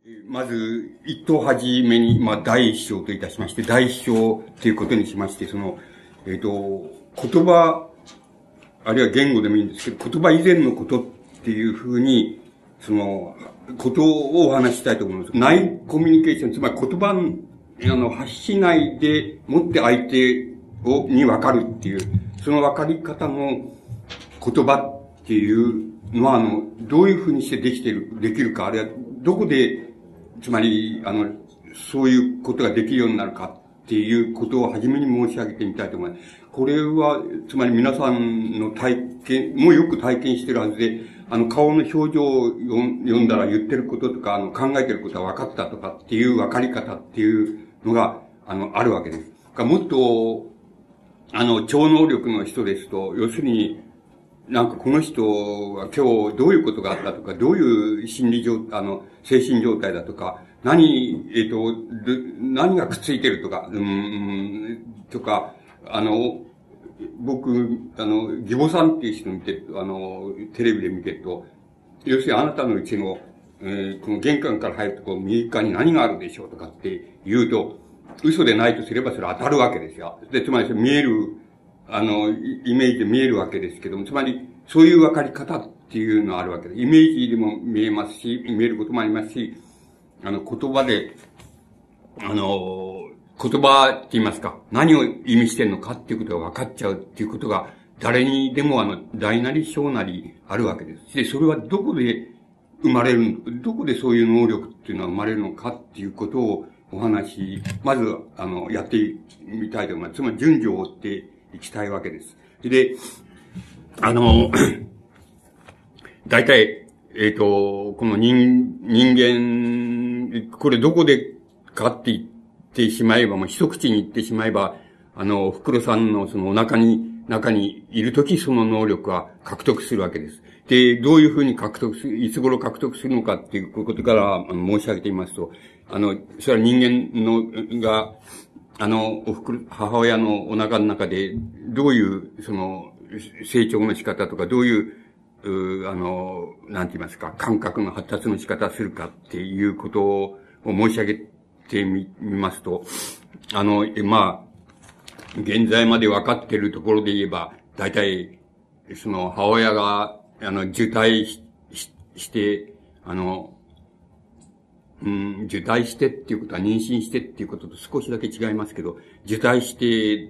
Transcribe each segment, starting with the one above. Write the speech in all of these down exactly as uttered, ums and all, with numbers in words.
まず、一等はじめに、まあ、第一章といたしまして、第一章ということにしまして、その、えっと、言葉、あるいは言語でもいいんですけど、言葉以前のことっていうふうに、その、ことをお話ししたいと思います。内コミュニケーション、つまり言葉の、あの、発しないでもって相手を、に分かるっていう、その分かり方の言葉っていうのは、あの、どういうふうにしてできてる、できるか、あるいは、どこで、つまり、あの、そういうことができるようになるかっていうことを初めに申し上げてみたいと思います。これは、つまり皆さんの体験、もうよく体験してるはずで、あの、顔の表情を読んだら言ってることとか、あの、考えてることは分かったとかっていう分かり方っていうのが、あの、あるわけです。もっと、あの、超能力の人ですと、要するに、なんかこの人は今日どういうことがあったとか、どういう心理状、あの、精神状態だとか、何、えっと、何がくっついてるとか、うん、とか、あの、僕、あの、義母さんっていう人見てると、あの、テレビで見てると、要するにあなたのうちの、えー、この玄関から入るとこう、右側に何があるでしょうとかって言うと、嘘でないとすればそれ当たるわけですよ。で、つまり見える、あの、イメージで見えるわけですけども、つまり、そういう分かり方っていうのがあるわけです。イメージでも見えますし、見えることもありますし、あの、言葉で、あの、言葉って言いますか、何を意味してるのかっていうことが分かっちゃうっていうことが、誰にでもあの、大なり小なりあるわけです。で、それはどこで生まれる、どこでそういう能力っていうのは生まれるのかっていうことをお話、まず、あの、やってみたいと思います。つまり順序を追っていきたいわけです。で、あの、大体、えっと、この人、人間、これどこでかって言ってしまえば、もう一口に言ってしまえば、あの、袋さんのそのお腹に、中にいるときその能力は獲得するわけです。で、どういうふうに獲得する、いつ頃獲得するのかっていうことからあの申し上げてみますと、あの、それは人間の、が、あの、おふくろ、母親のお腹の中で、どういう、その、成長の仕方とか、どういう、うあの、なんて言いますか、感覚の発達の仕方をするかっていうことを申し上げてみ、みますと、あの、まあ、現在まで分かっているところで言えば、大体、その、母親が、あの、受胎し、しして、あの、うん、受胎してっていうことは妊娠してっていうことと少しだけ違いますけど、受胎して、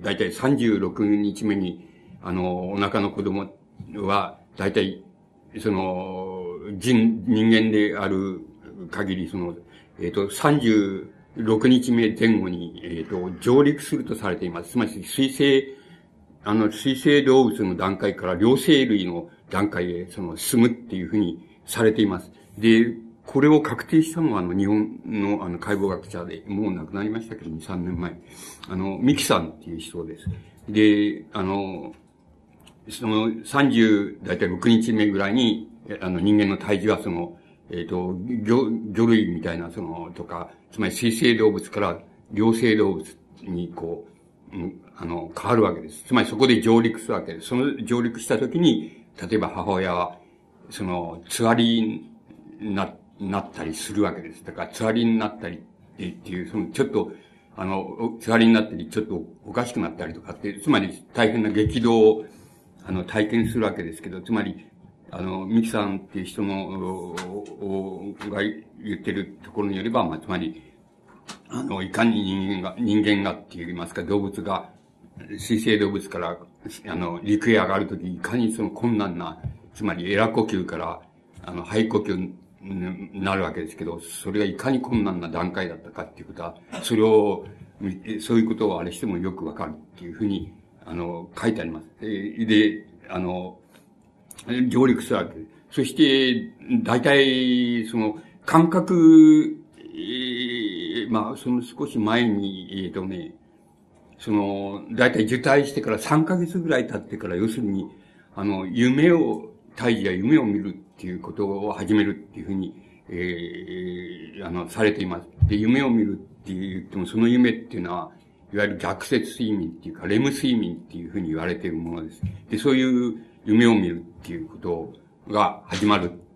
大体さんじゅうろくにちめに、あの、お腹の子供は、大体、その、人、人間である限り、その、えっと、さんじゅうろくにちめ前後に、えっと、上陸するとされています。つまり、水生、あの、水生動物の段階から両生類の段階へ、その、進むっていうふうにされています。で、これを確定したのは、あの、日本の、あの、解剖学者で、もう亡くなりましたけど、に、さんねんまえ。あの、ミキさんっていう人です。で、あの、その、さんじゅう、だいたいろくにちめぐらいに、あの、人間の体重はその、えっと、魚、魚類みたいな、その、とか、つまり水生動物から両生動物に、こう、うん、あの、変わるわけです。つまりそこで上陸するわけです。その上陸したときに、例えば母親は、その、つわりにな、なったりするわけです。だから、つわりになったりっていう、その、ちょっと、あの、つわりになったり、ちょっとおかしくなったりとかって、つまり大変な激動を、あの、体験するわけですけど、つまり、あの、ミキさんっていう人の、が言ってるところによれば、まあ、つまり、あの、いかに人間が、人間がって言いますか、動物が、水生動物から、あの、陸へ上がるとき、いかにその困難な、つまりエラ呼吸から、あの、肺呼吸になるわけですけど、それがいかに困難な段階だったかっていうことは、それを、そういうことをあれしてもよくわかるっていうふうに、あの、書いてあります。で、であの、上陸するわけです。そして、大体、その、感覚、えー、まあ、その少し前に、えっとね、その、大体受胎してからさんかげつぐらい経ってから、要するに、あの、夢を、胎児が夢を見るっていうことを始めるっていうふうに、えー、あの、されています。で、夢を見るって言っても、その夢っていうのは、いわゆる逆説睡眠っていうか、レム睡眠っていうふうに言われているものです。で、そういう夢を見るっていうことが始まる。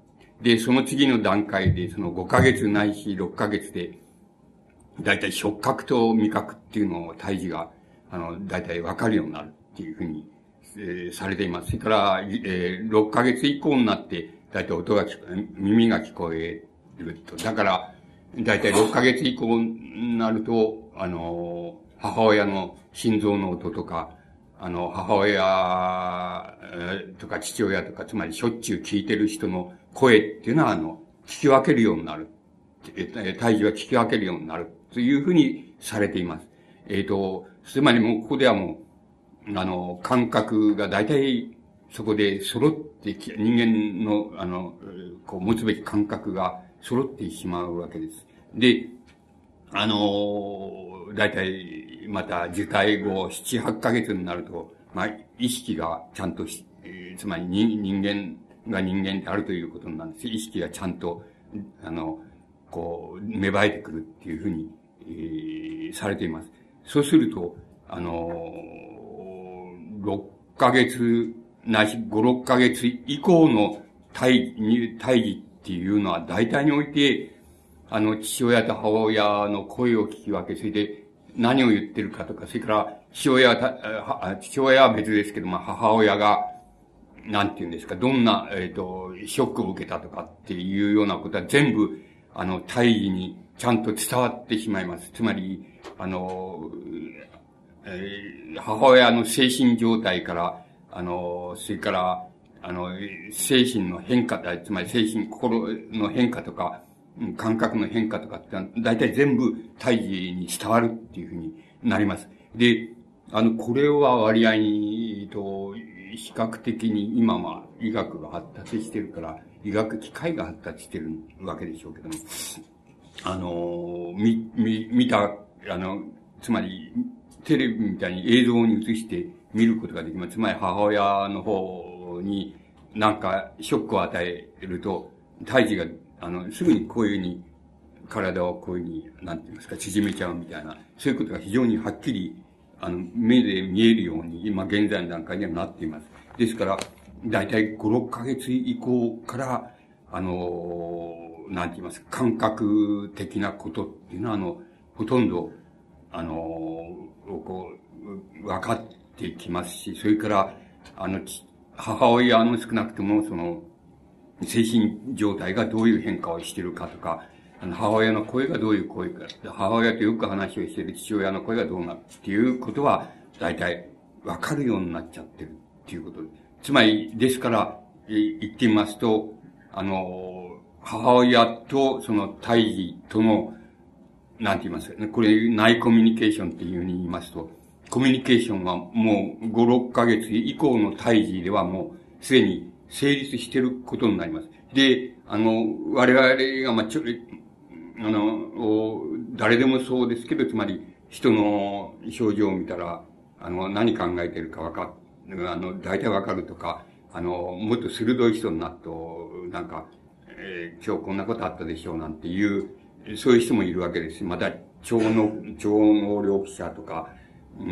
で、その次の段階で、そのごかげつないしろっかげつで、だいたい触覚と味覚っていうのを胎児が、あの、だいたいわかるようになるっていうふうに、えー、されています。それから、えー、ろっかげつ以降になって、だいたい音が聞こえ、耳が聞こえると。だから、だいたいろっかげつ以降になると、あの、母親の心臓の音とか、あの、母親とか父親とか、つまりしょっちゅう聞いてる人の声っていうのは、あの、聞き分けるようになる。胎児は聞き分けるようになる。というふうにされています。えっと、つまりもうここではもう、あの、感覚が大体そこで揃ってき、人間の、あの、こう持つべき感覚が揃ってしまうわけです。で、あの、大体、また受胎後なな、はっかげつになると、まあ、意識がちゃんとし、えー、つまり人人間が人間であるということなんです。意識がちゃんと、あの、こう、芽生えてくるっていうふうに、えー、されています。そうすると、あの、ろっかげつないしご、ろっかげつ以降の胎児、胎児っていうのは大体において、あの、父親と母親の声を聞き分け、それで何を言ってるかとか、それから父親は、父親は別ですけど、まあ、母親が、なんて言うんですか、どんな、えっと、ショックを受けたとかっていうようなことは全部、あの、胎児にちゃんと伝わってしまいます。つまり、あの、えー、母親の精神状態から、あの、それから、あの、精神の変化、つまり精神、心の変化とか、感覚の変化とかって、大体全部胎児に伝わるっていうふうになります。で、あの、これは割合に、と、比較的に今は医学が発達してるから、医学機械が発達してるわけでしょうけども、あの、み、み、見た、あの、つまり、テレビみたいに映像に映して見ることができます。つまり母親の方になんかショックを与えると、胎児が、あの、すぐにこういうふうに、体をこういうふうに、なんて言いますか、縮めちゃうみたいな、そういうことが非常にはっきり、あの、目で見えるように、今現在の段階にはなっています。ですから、だいたいご、ろっかげつ以降から、あの、なんて言いますか、感覚的なことっていうのは、あの、ほとんど、あの、こう、分かってきますし、それから、あの、母親の少なくとも、その、精神状態がどういう変化をしているかとか、あの、母親の声がどういう声か、母親とよく話をしている父親の声がどうなるっていうことは、大体分かるようになっちゃってるっていうことです。つまり、ですから、言ってみますと、あの、母親とその胎児との、なんて言いますかね、これ内コミュニケーションっていうふうに言いますと、コミュニケーションはもうご、ろっかげつ以降の胎児ではもうすでに成立していることになります。で、あの、我々が、まあ、ちょ、あの、誰でもそうですけど、つまり人の表情を見たら、あの、何考えてるかわかる、あの、大体わかるとか、あの、もっと鋭い人になると、なんか、えー、今日こんなことあったでしょうなんていう、そういう人もいるわけですし、また、超能、超能力者とか、うん、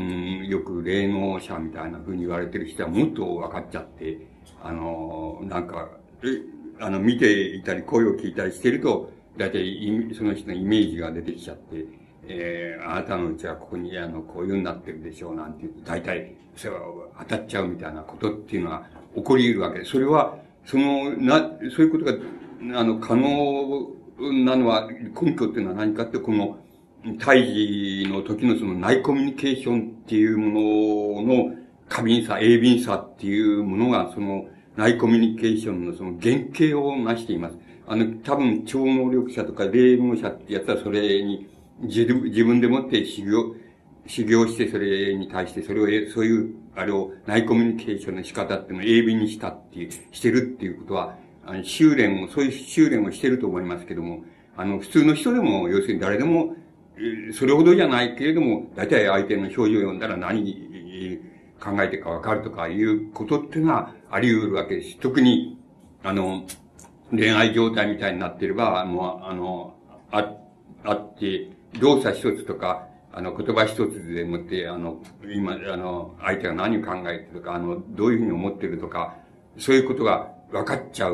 よく霊能者みたいな風に言われてる人はもっと分かっちゃって、あの、なんか、え、あの、見ていたり、声を聞いたりしてると、だいたいその人のイメージが出てきちゃって、えー、あなたのうちはここに、あの、こういうになってるでしょうなんて言うと、だいたい、それは当たっちゃうみたいなことっていうのは起こり得るわけです。それは、その、な、そういうことが、あの、可能なのは、根拠っていうのは何かって、この、胎児の時のその内コミュニケーションっていうものの過敏さ、鋭敏さっていうものが、その内コミュニケーションのその原型を成しています。あの、多分超能力者とか霊能者ってやつはそれに自自分でもって修行、修行してそれに対してそれを、そういう、あれを内コミュニケーションの仕方っていうのを鋭敏にしたっていう、してるっていうことは、あの修練を、そういう修練をしてると思いますけども、あの、普通の人でも、要するに誰でも、それほどじゃないけれども、大体相手の表情を読んだら何考えてるかわかるとかいうことっていうのはあり得るわけです。特に、あの、恋愛状態みたいになっていれば、もう、あの、あ、あって、動作一つとか、あの、言葉一つでもって、あの、今、あの、相手が何を考えてるとか、あの、どういうふうに思ってるとか、そういうことが分かっちゃう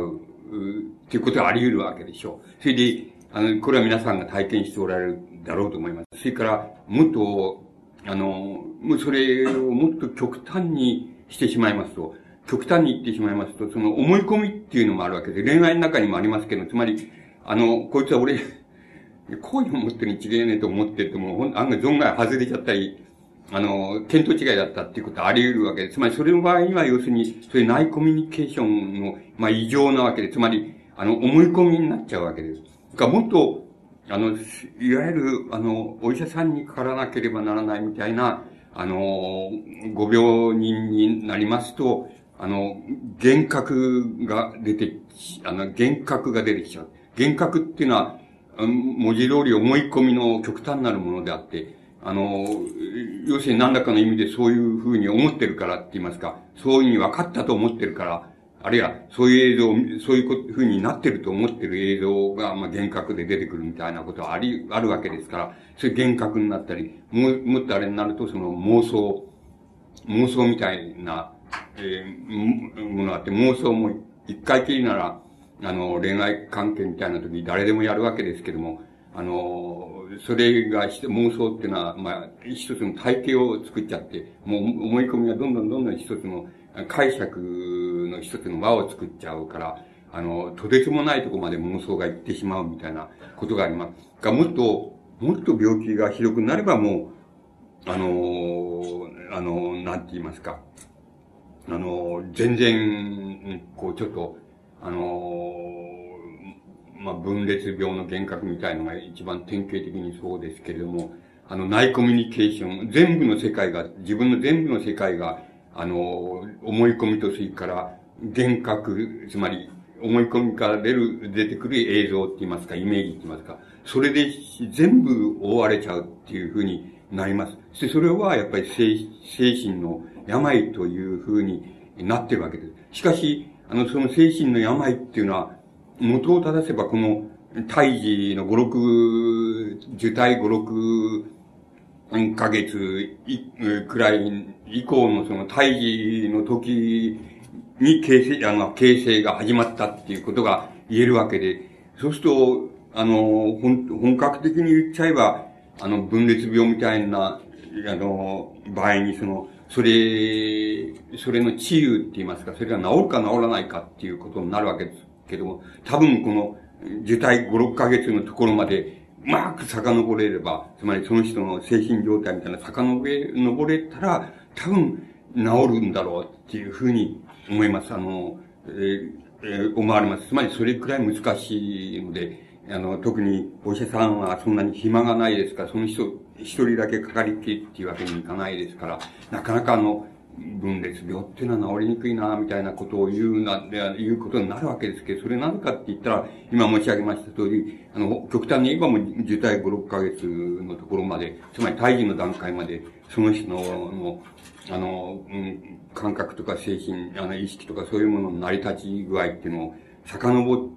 っていうことはあり得るわけでしょう。それで、あの、これは皆さんが体験しておられるだろうと思います。それから、もっと、あの、もうそれをもっと極端にしてしまいますと、極端に言ってしまいますと、その思い込みっていうのもあるわけで、恋愛の中にもありますけど、つまり、あの、こいつは俺、好意を持ってるに違えねえと思ってても、案外存外外れちゃったり、あの、見当違いだったっていうことはあり得るわけで、つまりそれの場合には要するに、そういう内コミュニケーションの、まあ異常なわけで、つまり、あの、思い込みになっちゃうわけです。が、もっと、あの、いわゆる、あの、お医者さんにかからなければならないみたいな、あの、ご病人になりますと、あの、幻覚が出て、あの、幻覚が出てきちゃう。幻覚っていうのは、文字通り思い込みの極端なるものであって、あの、要するに何らかの意味でそういうふうに思ってるからって言いますか、そういうふうに分かったと思ってるから、あるいはそういう映像、そういうふうになってると思ってる映像が、まあ、幻覚で出てくるみたいなことはあり、あるわけですから、そういう幻覚になったり、もう、もっとあれになるとその妄想、妄想みたいな、えー、ものがあって、妄想も一回きりなら、あの、恋愛関係みたいな時に誰でもやるわけですけども、あの、それが妄想っていうのは、まあ、一つの体系を作っちゃって、もう思い込みがどんどんどんどん一つの解釈の一つの輪を作っちゃうから、あの、とてつもないところまで妄想が行ってしまうみたいなことがあります。が、もっと、もっと病気がひどくなればもう、あの、あの、なんて言いますか、あの、全然、こう、ちょっと、あの、まあ、分裂病の幻覚みたいのが一番典型的にそうですけれども、あの、内コミュニケーション、全部の世界が、自分の全部の世界が、あの、思い込みとそれから幻覚、つまり、思い込みから出る、出てくる映像って言いますか、イメージって言いますか、それで全部覆われちゃうっていうふうになります。そしてそれはやっぱり精精神の病というふうになってるわけです。しかし、あの、その精神の病っていうのは、元を正せばこの、胎児の五六、受胎五六ヶ月くらい以降のその胎児の時に形成、あの、形成が始まったっていうことが言えるわけで、そうすると、あの、本、本格的に言っちゃえば、あの、分裂病みたいな、あの、場合にその、それ、それの治癒って言いますか、それが治るか治らないかっていうことになるわけですけども、多分この、受胎五六ヶ月のところまで、うまく遡れれば、つまりその人の精神状態みたいな遡れ、登れたら、多分治るんだろうっていうふうに思います。あの、えーえー、思われます。つまりそれくらい難しいので、あの、特にお医者さんはそんなに暇がないですから、その人、一人だけかかりっきりっていうわけにいかないですから、なかなかあの、分裂病っていうのは治りにくいな、みたいなことを言うな、言うことになるわけですけど、それなぜかって言ったら、今申し上げました通り、あの、極端に言えばもう受胎五六ヶ月のところまで、つまり胎児の段階まで、その人の、のあの、うん、感覚とか精神、あの、意識とかそういうものの成り立ち具合っていうのを遡って、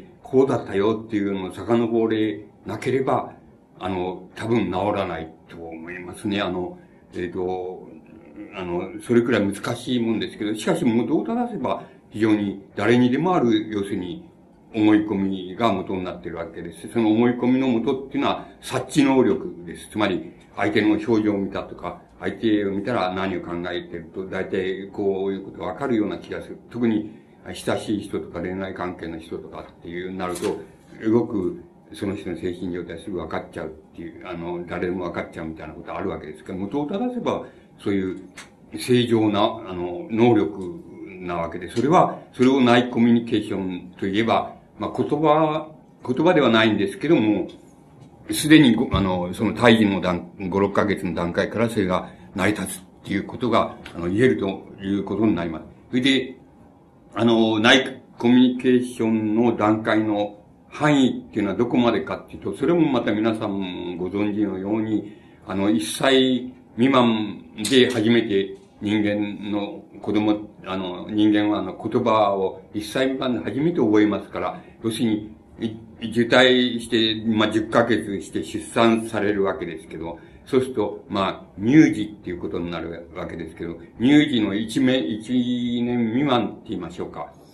こうだったよっていうのを遡れなければ、あの、多分治らないと思いますね。あの、えっ、ー、と、あの、それくらい難しいもんですけど、しかし元を正せば非常に誰にでもある、要するに思い込みが元になっているわけです。その思い込みの元っていうのは察知能力です。つまり相手の表情を見たとか、相手を見たら何を考えていると、大体こういうことがわかるような気がする。特に親しい人とか恋愛関係の人とかっていうなると、すごくその人の精神状態すぐ分かっちゃうっていう、あの、誰でも分かっちゃうみたいなことあるわけですけど、元を正せば、そういう正常な、あの、能力なわけで、それは、それを内コミュニケーションといえば、まあ、言葉、言葉ではないんですけども、すでに、あの、その胎児の段、ご、ろっかげつの段階からそれが成り立つっていうことが、あの、言えるということになります。それで、あの、内コミュニケーションの段階の範囲っていうのはどこまでかっていうと、それもまた皆さんご存知のように、あの、一歳未満で初めて人間の子供、あの、人間はあの言葉を一歳未満で初めて覚えますから、要するに、受胎して、まあ、じゅっかげつして出産されるわけですけど、そうすると、まあ、乳児っていうことになるわけですけど、乳児の一名、一年未満って言いましょうか。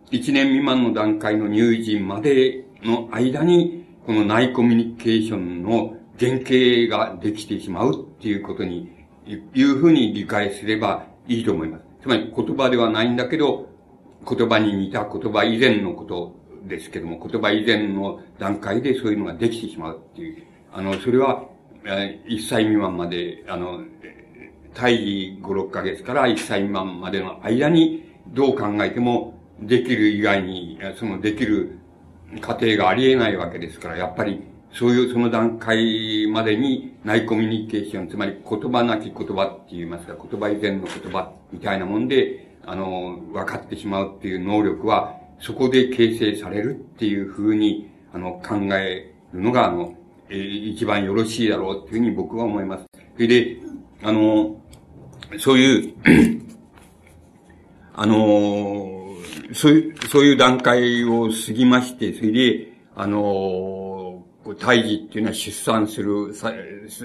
いちねん未満の段階の乳児までの間に、この内コミュニケーションの原型ができてしまうっていうことに、いうふうに理解すればいいと思います。つまり言葉ではないんだけど、言葉に似た言葉以前のことですけども、言葉以前の段階でそういうのができてしまうっていう。あの、それは、えー、いっさい未満まで、あの、胎児ご、ろっかげつからいっさい未満までの間に、どう考えてもできる以外に、そのできる過程がありえないわけですから、やっぱり、そういうその段階までに内コミュニケーション、つまり言葉なき言葉って言いますか、言葉以前の言葉みたいなもんで、あの、分かってしまうっていう能力は、そこで形成されるっていうふうに、あの、考えるのが、あの、えー、一番よろしいだろうっていうふうに僕は思います。それで、あの、そういう、あの、そういう、そういう段階を過ぎまして、それで、あの、胎児っていうのは出産する、さ、して、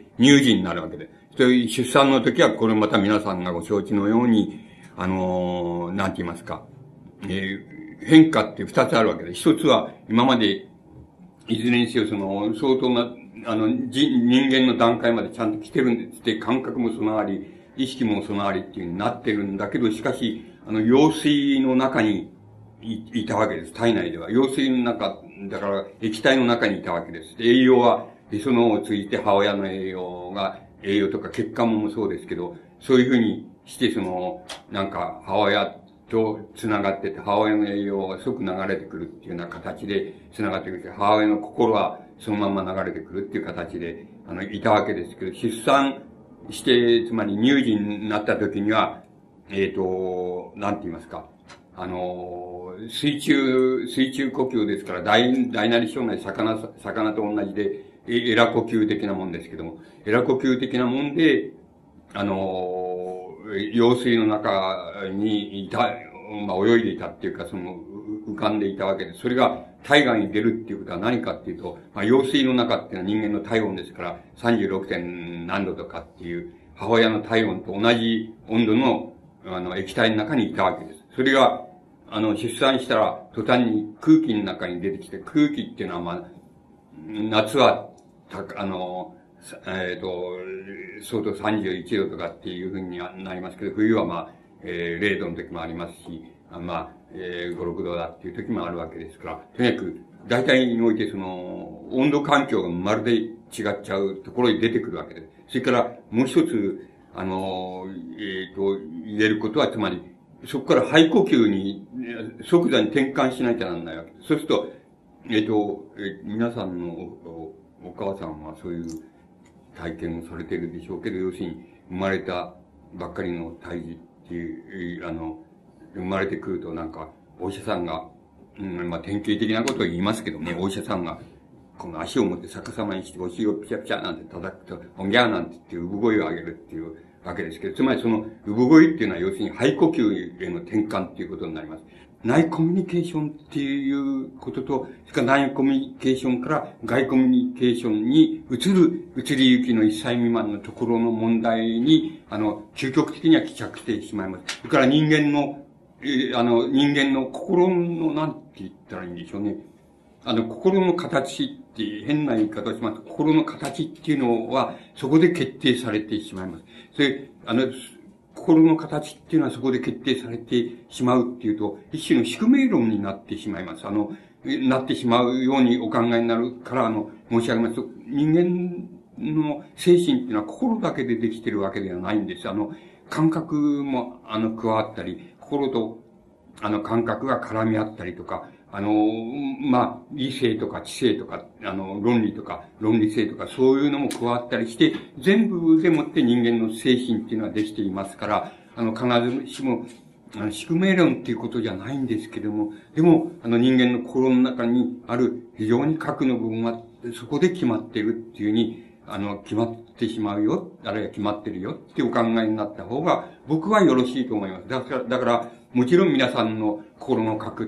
乳児になるわけで。そういう出産の時は、これまた皆さんがご承知のように、あの、なんて言いますか、えー、変化って二つあるわけで。一つは、今まで、いずれにせよ、その、相当な、あの、人、人間の段階までちゃんと来てるんですって、感覚も備わり、意識も備わりっていう風になってるんだけど、しかし、あの、羊水の中にい、いたわけです。体内では。羊水の中、だから、液体の中にいたわけです。栄養は、へその緒を通じて母親の栄養が、栄養とか血管もそうですけど、そういう風にして、その、なんか、母親と繋がってて、母親の栄養が即流れてくるっていうような形で繋がってくる。母親の心はそのまま流れてくるっていう形で、あの、いたわけですけど、出産して、つまり乳児になった時には、えっと、なんて言いますか。あの、水中、水中呼吸ですから、大、大なり小なり魚、魚と同じで、エラ呼吸的なもんですけども、エラ呼吸的なもんで、あの、用水の中にいた、まあ、泳いでいたっていうか、その、浮かんでいたわけです。それが体外に出るっていうことは何かっていうと、まあ、用水の中っていうのは人間の体温ですから、さんじゅうろく. 点何度とかっていう、母親の体温と同じ温度の、あの、液体の中にいたわけです。それが、あの、出産したら、途端に空気の中に出てきて、空気っていうのは、まあ、夏は、た、あの、えっ、ー、と、相当さんじゅういちどとかっていうふうになりますけど、冬はまあ、えー、れいどの時もありますし、まあ、えー、ご、ろくどだっていう時もあるわけですから、とにかく、大体においてその、温度環境がまるで違っちゃうところに出てくるわけです。それから、もう一つ、あの、えっ、ー、と、言えることは、つまり、そこから肺呼吸に、即座に転換しなきゃならないわけです。そうすると、えっ、ー、と、えー、皆さんのお、お母さんはそういう体験をされているでしょうけど、要するに、生まれたばっかりの胎児っていう、あの、生まれてくるとなんか、お医者さんが、うん、まあ、典型的なことを言いますけどね、お医者さんが、この足を持って逆さまにして、お尻をピチャピチャなんて叩くと、おぎゃーなんて言って産声を上げるっていうわけですけど、つまりその産声っていうのは要するに肺呼吸への転換っていうことになります。内コミュニケーションっていうことと、それから内コミュニケーションから外コミュニケーションに移る、移り行きのいっさい未満のところの問題に、あの、究極的には帰着してしまいます。それから人間の、えー、あの、人間の心の、なんて言ったらいいんでしょうね。あの、心の形って変な言い方をしますと、心の形っていうのは、そこで決定されてしまいます。それ、あの、心の形っていうのはそこで決定されてしまうっていうと、一種の宿命論になってしまいます。あの、なってしまうようにお考えになるから、あの、申し上げますと、人間の精神っていうのは心だけでできてるわけではないんです。あの、感覚も、あの、加わったり、心と、あの、感覚が絡み合ったりとか、あの、まあ、理性とか知性とか、あの、論理とか、論理性とか、そういうのも加わったりして、全部でもって人間の精神っていうのはできていますから、あの、必ずしも、あの、宿命論っていうことじゃないんですけども、でも、あの、人間の心の中にある非常に核の部分は、そこで決まっているっていうふうに、あの、決まってしまうよ、あるいは決まってるよってお考えになった方が、僕はよろしいと思います。だから、だから、もちろん皆さんの心の核って、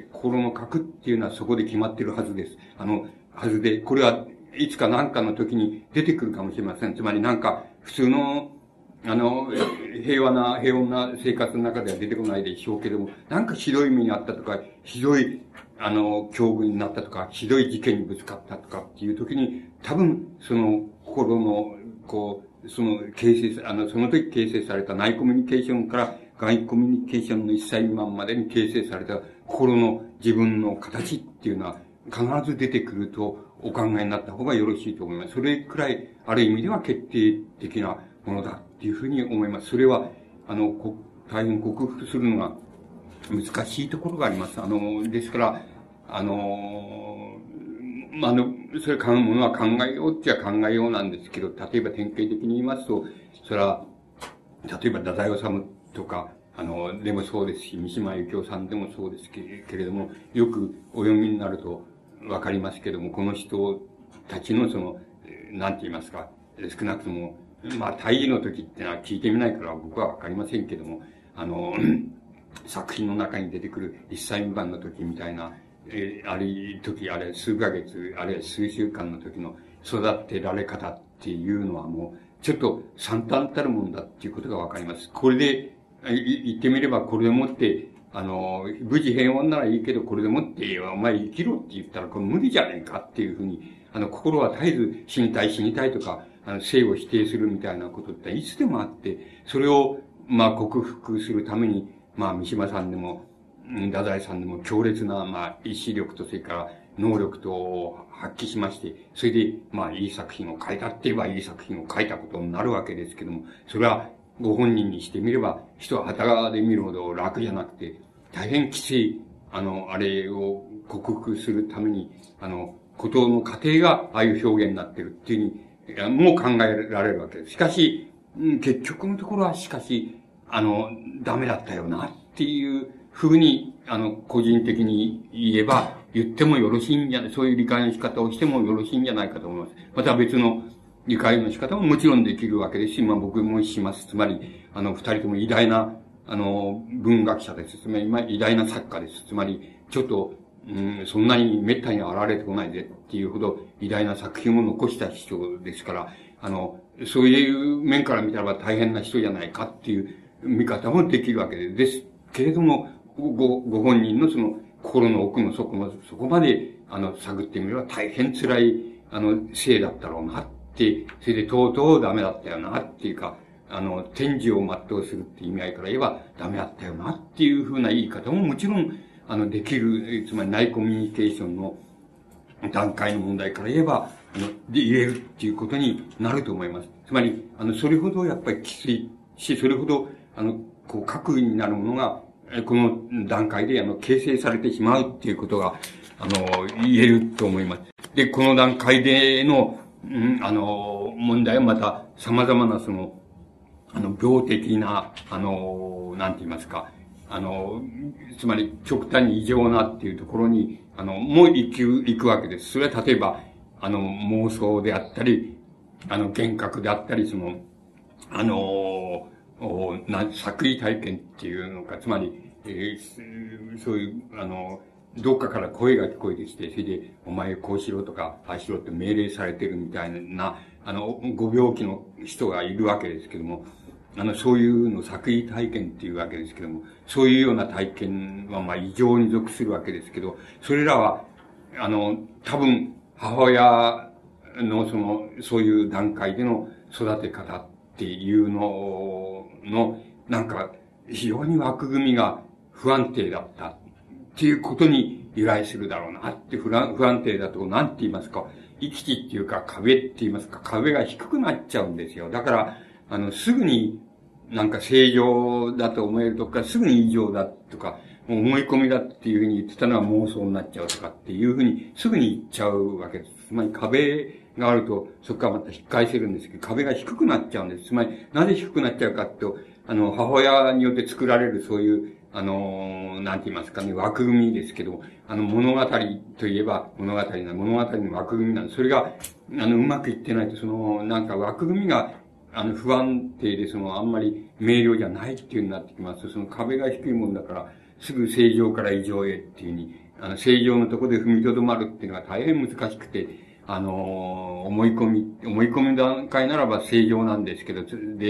心の核っていうのはそこで決まってるはずです。あの、はずで、これはいつか何かの時に出てくるかもしれません。つまりなんか、普通の、 あの、平和な、平穏な生活の中では出てこないでしょうけども、なんかひどい目にあったとか、ひどい、あの、境遇になったとか、ひどい事件にぶつかったとかっていう時に、多分、その、心の、こう、その、形成、あの、その時形成された内コミュニケーションから外コミュニケーションの一切未満までに形成された心の自分の形っていうのは、必ず出てくるとお考えになった方がよろしいと思います。それくらい、ある意味では決定的なものだっていうふうに思います。それは、あの、こ大変克服するのが難しいところがあります。あの、ですから、あの、まあ、あの、それ、ものは考えようっては考えようなんですけど、例えば典型的に言いますと、それは、例えば、太宰治とか、あの、でもそうですし、三島由紀夫さんでもそうですけれども、よくお読みになるとわかりますけども、この人たちのその、なんて言いますか、少なくとも、まあ、大義の時ってのは聞いてみないから僕はわかりませんけども、あの、作品の中に出てくる一歳未満の時みたいな、えー、ある時、あれ数ヶ月、あれ数週間の時の育てられ方っていうのはもう、ちょっと惨憺たるもんだっていうことがわかります。これで、言ってみればこれでもって、あの、無事平穏ならいいけど、これでもって、お前生きろって言ったらこれ無理じゃねえかっていうふうに、あの、心は絶えず死にたい死にたいとか、あの、生を否定するみたいなことっていつでもあって、それを、まあ、克服するために、まあ、三島さんでも、太宰さんでも強烈な、まあ、意志力と、それから能力と発揮しまして、それで、まあ、いい作品を書いたって言えばいい作品を書いたことになるわけですけども、それは、ご本人にしてみれば、人は旗側で見るほど楽じゃなくて、大変きつい、あの、あれを克服するために、あの、ことの過程がああいう表現になってるっていうふうに、もう考えられるわけです。しかし、結局のところはしかし、あの、ダメだったよなっていうふうに、あの、個人的に言えば、言ってもよろしいんじゃない、そういう理解の仕方をしてもよろしいんじゃないかと思います。また別の理解の仕方ももちろんできるわけですし、まあ僕もします。つまり、あの、二人とも偉大な、あの、文学者です。つまり、まあ、偉大な作家です。つまり、ちょっと、うん、そんなに滅多に現れてこないぜっていうほど偉大な作品を残した人ですから、あの、そういう面から見たらば大変な人じゃないかっていう見方もできるわけです。けれども、ご、ご本人のその心の奥の底の、そこまで、あの、探ってみれば大変辛い、あの、生だったろうなって、それでとうとうダメだったよなっていうか、あの、天寿を全うするっていう意味合いから言えばダメだったよなっていうふうな言い方ももちろん、あの、できる、つまり内コミュニケーションの段階の問題から言えば、あの、で、言えるっていうことになると思います。つまり、あの、それほどやっぱりきついし、それほど、あの、こう、核になるものが、この段階で、あの、形成されてしまうっていうことが、あの、言えると思います。で、この段階での、うん、あの、問題はまた様々なその、あの、病的な、あの、なんて言いますか、あの、つまり極端に異常なっていうところに、あの、もう行く、行くわけです。それは例えば、あの、妄想であったり、あの、幻覚であったり、その、あの、な、作為体験っていうのか、つまり、えー、そういう、あの、どっかから声が聞こえてきて、それで、お前こうしろとか、ああしろって命令されてるみたいな、あの、ご病気の人がいるわけですけども、あの、そういうの作為体験っていうわけですけども、そういうような体験は、まあ、異常に属するわけですけど、それらは、あの、多分、母親のその、そういう段階での育て方っていうのの、なんか、非常に枠組みが不安定だったっていうことに由来するだろうなって不安、不安定だと、なんて言いますか、行き地っていうか壁って言いますか、壁が低くなっちゃうんですよ。だから、あの、すぐに、なんか正常だと思えるとか、すぐに異常だとか、もう思い込みだっていうふうに言ってたのは妄想になっちゃうとかっていうふうに、すぐに言っちゃうわけです。つまり壁があると、そこからまた引っ返せるんですけど、壁が低くなっちゃうんです。つまり、なぜ低くなっちゃうかっていうと、あの、母親によって作られるそういう、あの、なんて言いますかね、枠組みですけど、あの、物語といえば物語な、物語の枠組みなんです。それが、あの、うまくいってないと、その、なんか枠組みが、あの、不安定で、その、あんまり明瞭じゃないっていうようになってきますと、その壁が低いもんだから、すぐ正常から異常へっていうふうに、あの、正常のところで踏みとどまるっていうのが大変難しくて、あの、思い込み、思い込み段階ならば正常なんですけど、で、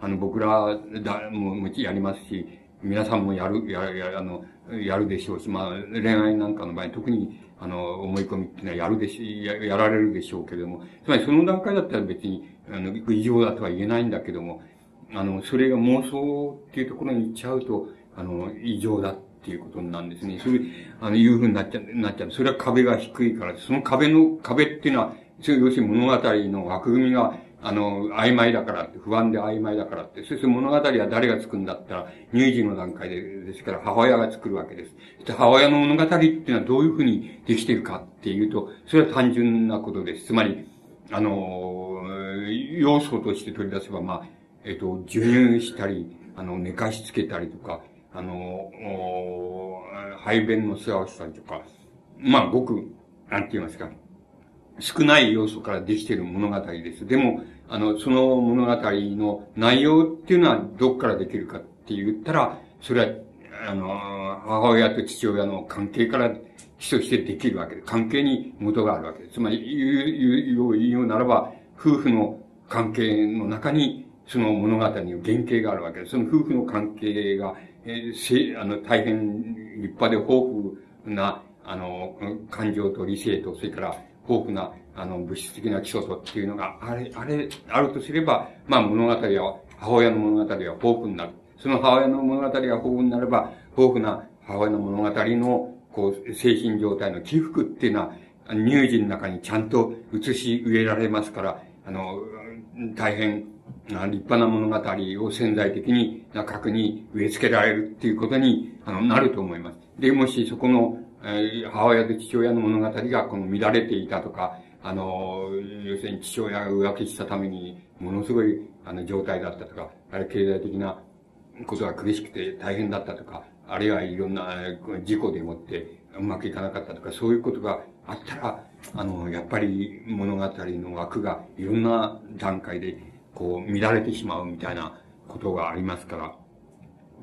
あの、僕らだ、も、もちやりますし、皆さんもやる、や、や、あの、やるでしょうし、まあ、恋愛なんかの場合、特に、あの、思い込みっていうのはやるでし、や、やられるでしょうけれども、つまりその段階だったら別に、あの、異常だとは言えないんだけども、あの、それが妄想っていうところに行っちゃうと、あの、異常だっていうことなんですね。それ、あの、いうふうになっちゃう、なっちゃう。それは壁が低いから、その壁の、壁っていうのは、そう要するに物語の枠組みが、あの、曖昧だからって、不安で曖昧だからって、そして物語は誰が作るんだったら、乳児の段階で、ですから母親が作るわけです。そして母親の物語っていうのはどういうふうにできているかっていうと、それは単純なことです。つまり、あの、要素として取り出せば、まあ、えっと、授乳したり、あの、寝かしつけたりとか、あの、排便の世話をしたりとか、まあ、ごく、なんて言いますか、少ない要素からできている物語です。でも、あの、その物語の内容っていうのはどっからできるかって言ったら、それは、あの、母親と父親の関係から基礎してできるわけで、関係に元があるわけです。つまり、言う、言う、言うならば、夫婦の関係の中に、その物語の原型があるわけです。その夫婦の関係が、えー、せ、あの、大変立派で豊富な、あの、感情と理性と、それから豊富な、あの、物質的な基礎とっていうのが、あれ、あれ、あるとすれば、まあ物語は、母親の物語は豊富になる。その母親の物語が豊富になれば、豊富な母親の物語の、こう、精神状態の起伏っていうのは、乳児の中にちゃんと移し植えられますから、あの、大変、立派な物語を潜在的に、核に植え付けられるっていうことに、あの、なると思います。で、もしそこの、えー、母親と父親の物語がこの乱れていたとか、あの、要するに父親が浮気したために、ものすごい、あの、状態だったとか、あれ経済的なことが苦しくて大変だったとか、あるいはいろんな事故でもってうまくいかなかったとか、そういうことがあったら、あの、やっぱり物語の枠がいろんな段階で、こう、乱れてしまうみたいなことがありますから、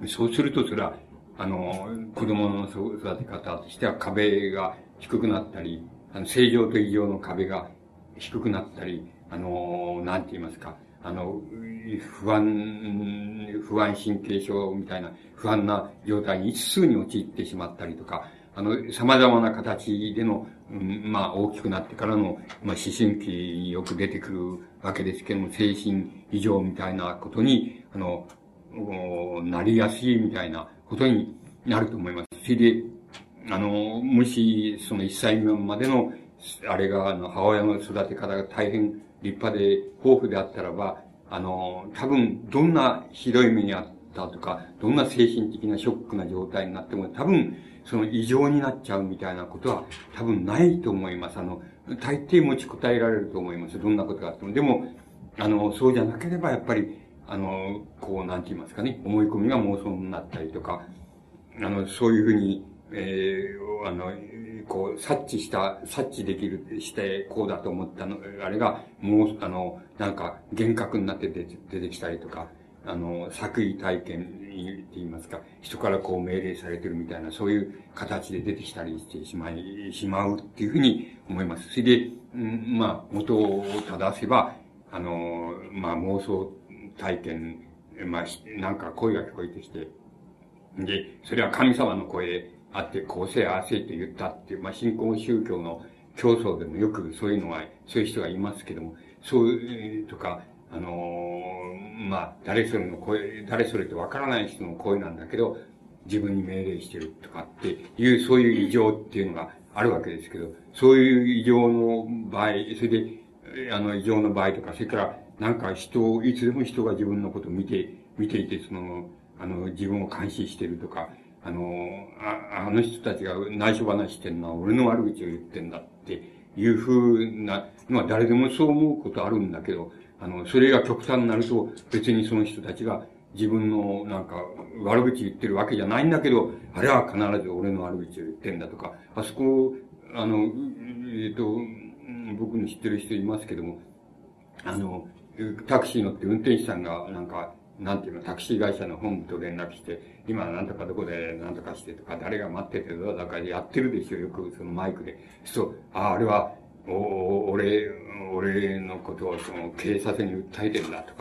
そうするとそれは、あの、子供の育て方としては壁が低くなったり、あの、正常と異常の壁が低くなったり、あの、なんて言いますか、あの、不安、不安神経症みたいな不安な状態に一数に陥ってしまったりとか、あの、様々な形での、うん、まあ、大きくなってからの、まあ、思春期によく出てくるわけですけども、精神異常みたいなことに、あの、なりやすいみたいなことになると思います。それで、あの、もし、その一歳未満までの、あれが、あの、母親の育て方が大変立派で豊富であったらば、あの、多分、どんなひどい目にあったとか、どんな精神的なショックな状態になっても、多分、その異常になっちゃうみたいなことは、多分ないと思います。あの、大抵持ちこたえられると思います。どんなことがあっても。でも、あの、そうじゃなければ、やっぱり、あの、こう、なんて言いますかね、思い込みが妄想になったりとか、あの、そういうふうに、えー、あの、こう、察知した、察知できる、して、こうだと思ったの、あれが、もう、あの、なんか、幻覚になって出て出てきたりとか、あの、作為体験って言いますか、人からこう命令されてるみたいな、そういう形で出てきたりしてしまい、しまうっていうふうに思います。それで、うん、まあ、元を正せば、あの、まあ、妄想体験、まあ、なんか声が聞こえてきて、で、それは神様の声あって、こうせいああせいと言ったっていう、まあ、信仰宗教の競争でもよくそういうのが、そういう人がいますけども、そういう、とか、あのー、まあ、誰それの声、誰それってわからない人の声なんだけど、自分に命令してるとかっていう、そういう異常っていうのがあるわけですけど、そういう異常の場合、それで、あの、異常の場合とか、それから、なんか人を、いつでも人が自分のことを見て、見ていて、その、あの、自分を監視してるとか、あの、あ、あの人たちが内緒話してんのは俺の悪口を言ってんだっていうふうなのは誰でもそう思うことあるんだけど、あの、それが極端になると別にその人たちが自分のなんか悪口言ってるわけじゃないんだけど、あれは必ず俺の悪口を言ってんだとか、あそこ、あの、えっと、僕の知ってる人いますけども、あの、タクシー乗って運転手さんがなんか、なんていうの、タクシー会社の本部と連絡して、今なんとかどこでなんとかしてとか、誰が待っててどうだかやってるでしょ、よくそのマイクで。そう、あ、あれは、お、俺、俺のことをその警察に訴えてんだとか、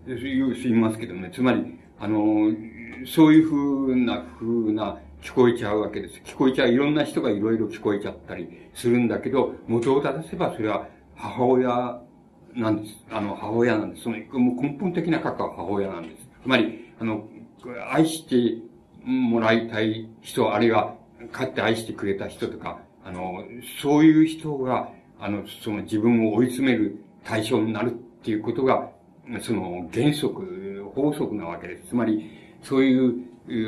言いますけどね、つまり、あの、そういうふうな、ふうな、聞こえちゃうわけです。聞こえちゃう。いろんな人がいろいろ聞こえちゃったりするんだけど、元を正せばそれは母親なんです。あの、母親なんです。その、もう根本的な核は母親なんです。つまり、あの、愛してもらいたい人、あるいは、かって愛してくれた人とか、あの、そういう人が、あの、その自分を追い詰める対象になるっていうことが、その原則、法則なわけです。つまり、そういう、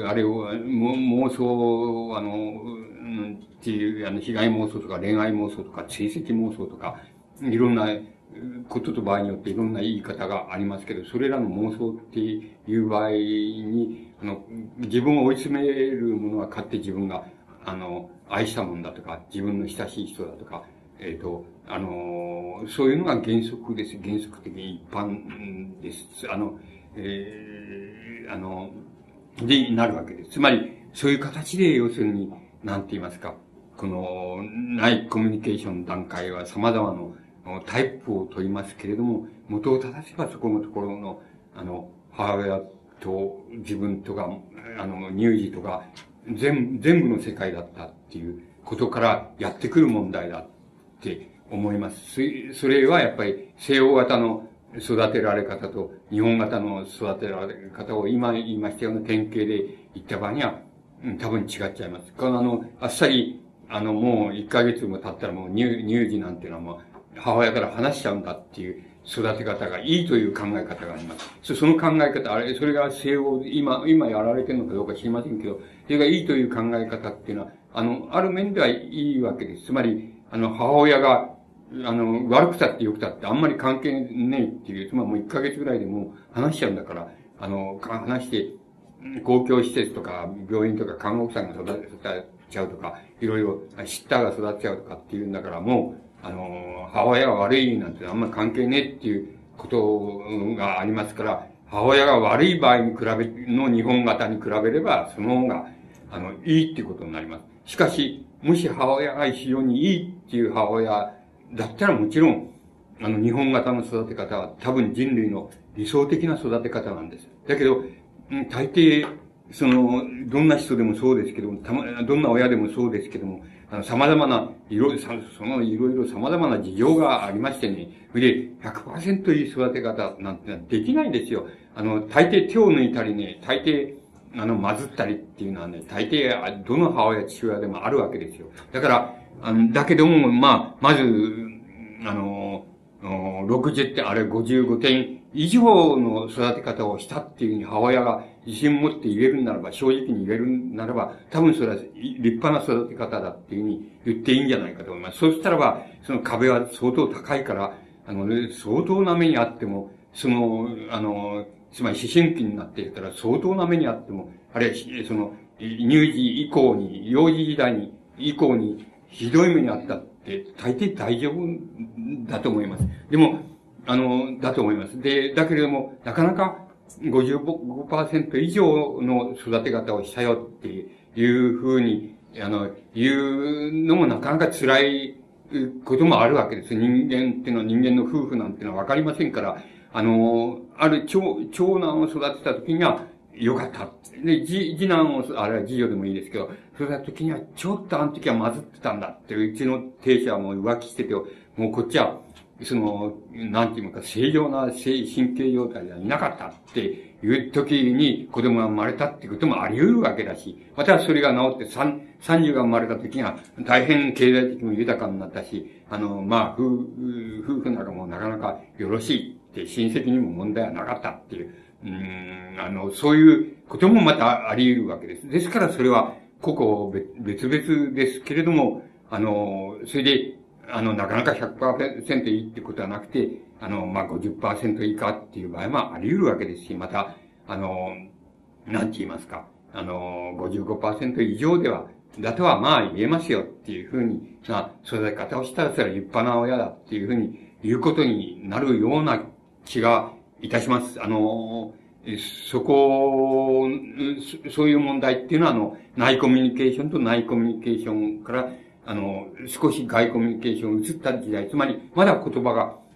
あれを、妄想、あの、うんっていう、あの、被害妄想とか恋愛妄想とか追跡妄想とか、いろんなことと場合によっていろんな言い方がありますけど、それらの妄想っていう場合に、あの、自分を追い詰めるものは勝って自分が、あの、愛したもんだとか、自分の親しい人だとか、えっと、あの、そういうのが原則です。原則的に一般です。あの、えー、あの、で、なるわけです。つまり、そういう形で、要するに、なんて言いますか、この、内コミュニケーション段階は様々なタイプを取りますけれども、元を正せばそこのところの、あの、母親と自分とか、あの、乳児とか、全、全部の世界だったっていうことからやってくる問題だって思います。それはやっぱり西洋型の育てられ方と日本型の育てられ方を今言いましたような典型で言った場合には、うん、多分違っちゃいます。このあの、あっさり、あの、もういっかげつも経ったらもう乳、乳児なんていうのはもう母親から離しちゃうんだっていう育て方がいいという考え方があります。その考え方、あれ、それが西洋、今、今やられてるのかどうか知りませんけど、それがいいという考え方っていうのは、あの、ある面ではいいわけです。つまり、あの、母親が、あの、悪くたって良くたってあんまり関係ねえっていう、つまりもういっかげつぐらいでもう話しちゃうんだから、あの、話して、公共施設とか病院とか看護婦さんが育てちゃうとか、いろいろシッターが育てちゃうとかっていうんだから、もう、あの、母親が悪いなんてあんまり関係ねえっていうことがありますから、母親が悪い場合に比べ、の日本型に比べれば、その方が、あの、いいっていうことになります。しかし、もし母親が非常にいいっていう母親だったらもちろん、あの、日本型の育て方は多分人類の理想的な育て方なんです。だけど、大抵、その、どんな人でもそうですけども、たま、どんな親でもそうですけども、あの、様々な、いろいろ、その、いろいろ様々な事情がありましてね、それで、ひゃくパーセントいい育て方なんてのはできないんですよ。あの、大抵手を抜いたりね、大抵、あの、まずったりっていうのはね、大抵、どの母親、父親でもあるわけですよ。だから、あの、だけども、まあ、まず、あの、ろくじゅってん、あれごじゅうごてん以上の育て方をしたっていうふうに母親が自信を持って言えるならば、正直に言えるならば、多分それは立派な育て方だっていうふうに言っていいんじゃないかと思います。そうしたらば、その壁は相当高いから、あの、ね、相当な目にあっても、その、あの、つまり思春期になっていたら相当な目にあっても、あれ、その、乳児以降に、幼児時代に、以降に、ひどい目にあったって、大抵大丈夫だと思います。でも、あの、だと思います。で、だけれども、なかなかごじゅうごパーセント以上の育て方をしたよっていうふうに、あの、言うのもなかなか辛いこともあるわけです。人間っていうのは、人間の夫婦なんていうのはわかりませんから、あの、ある長、長男を育てた時には、よかった。で、次、次男を、あれは次女でもいいですけど、それた時には、ちょっとあの時はまずってたんだって、うちの亭主はもう浮気してて、もうこっちは、その、なんていうか、正常な神経状態ではいなかったっていう時に子供が生まれたっていうこともあり得るわけだし、またそれが治って三、三十が生まれた時には大変経済的にも豊かになったし、あの、まあ、夫夫婦なんかもなかなかよろしいって親戚にも問題はなかったっていう、うーん、あの、そういうこともまたあり得るわけです。ですからそれは個々別々ですけれども、あの、それで、あの、なかなか ひゃくパーセント いいってことはなくて、あの、まあ、ごじゅっパーセント 以下っていう場合もあり得るわけですし、また、あの、なんて言いますか、あの、ごじゅうごパーセント 以上では、だとはまあ言えますよっていうふうに、な育て方をしたらそれは立派な親だっていうふうに言うことになるような気がいたします。あの、そこ、そういう問題っていうのは、あの、内コミュニケーションと内コミュニケーションから、あの、少し外コミュニケーションが移った時代、つまり、まだ言葉が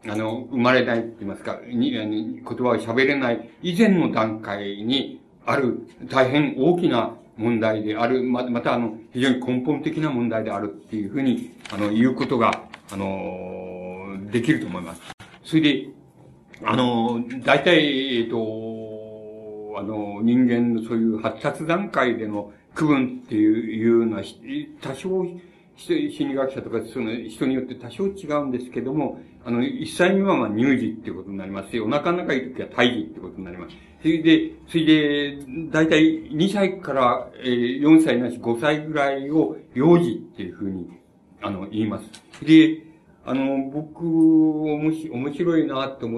あの、生まれないって言いますか、に、あの言葉を喋れない以前の段階にある大変大きな問題である、ま、またあの、非常に根本的な問題であるっていうふうに、あの、言うことが、あの、できると思います。それで、あの、大体、えっと、あの、人間のそういう発達段階での区分っていうのは、多少、心理学者とか、その人によって多少違うんですけども、あの、いっさい未満は乳児っていうことになりますし、お腹の中にいるときは胎児ってことになります。それで、それで、だいたいにさいから、えー、よんさいないしごさいぐらいを幼児っていうふうに、あの、言います。で、あの、僕、おもし、面白いなと思って、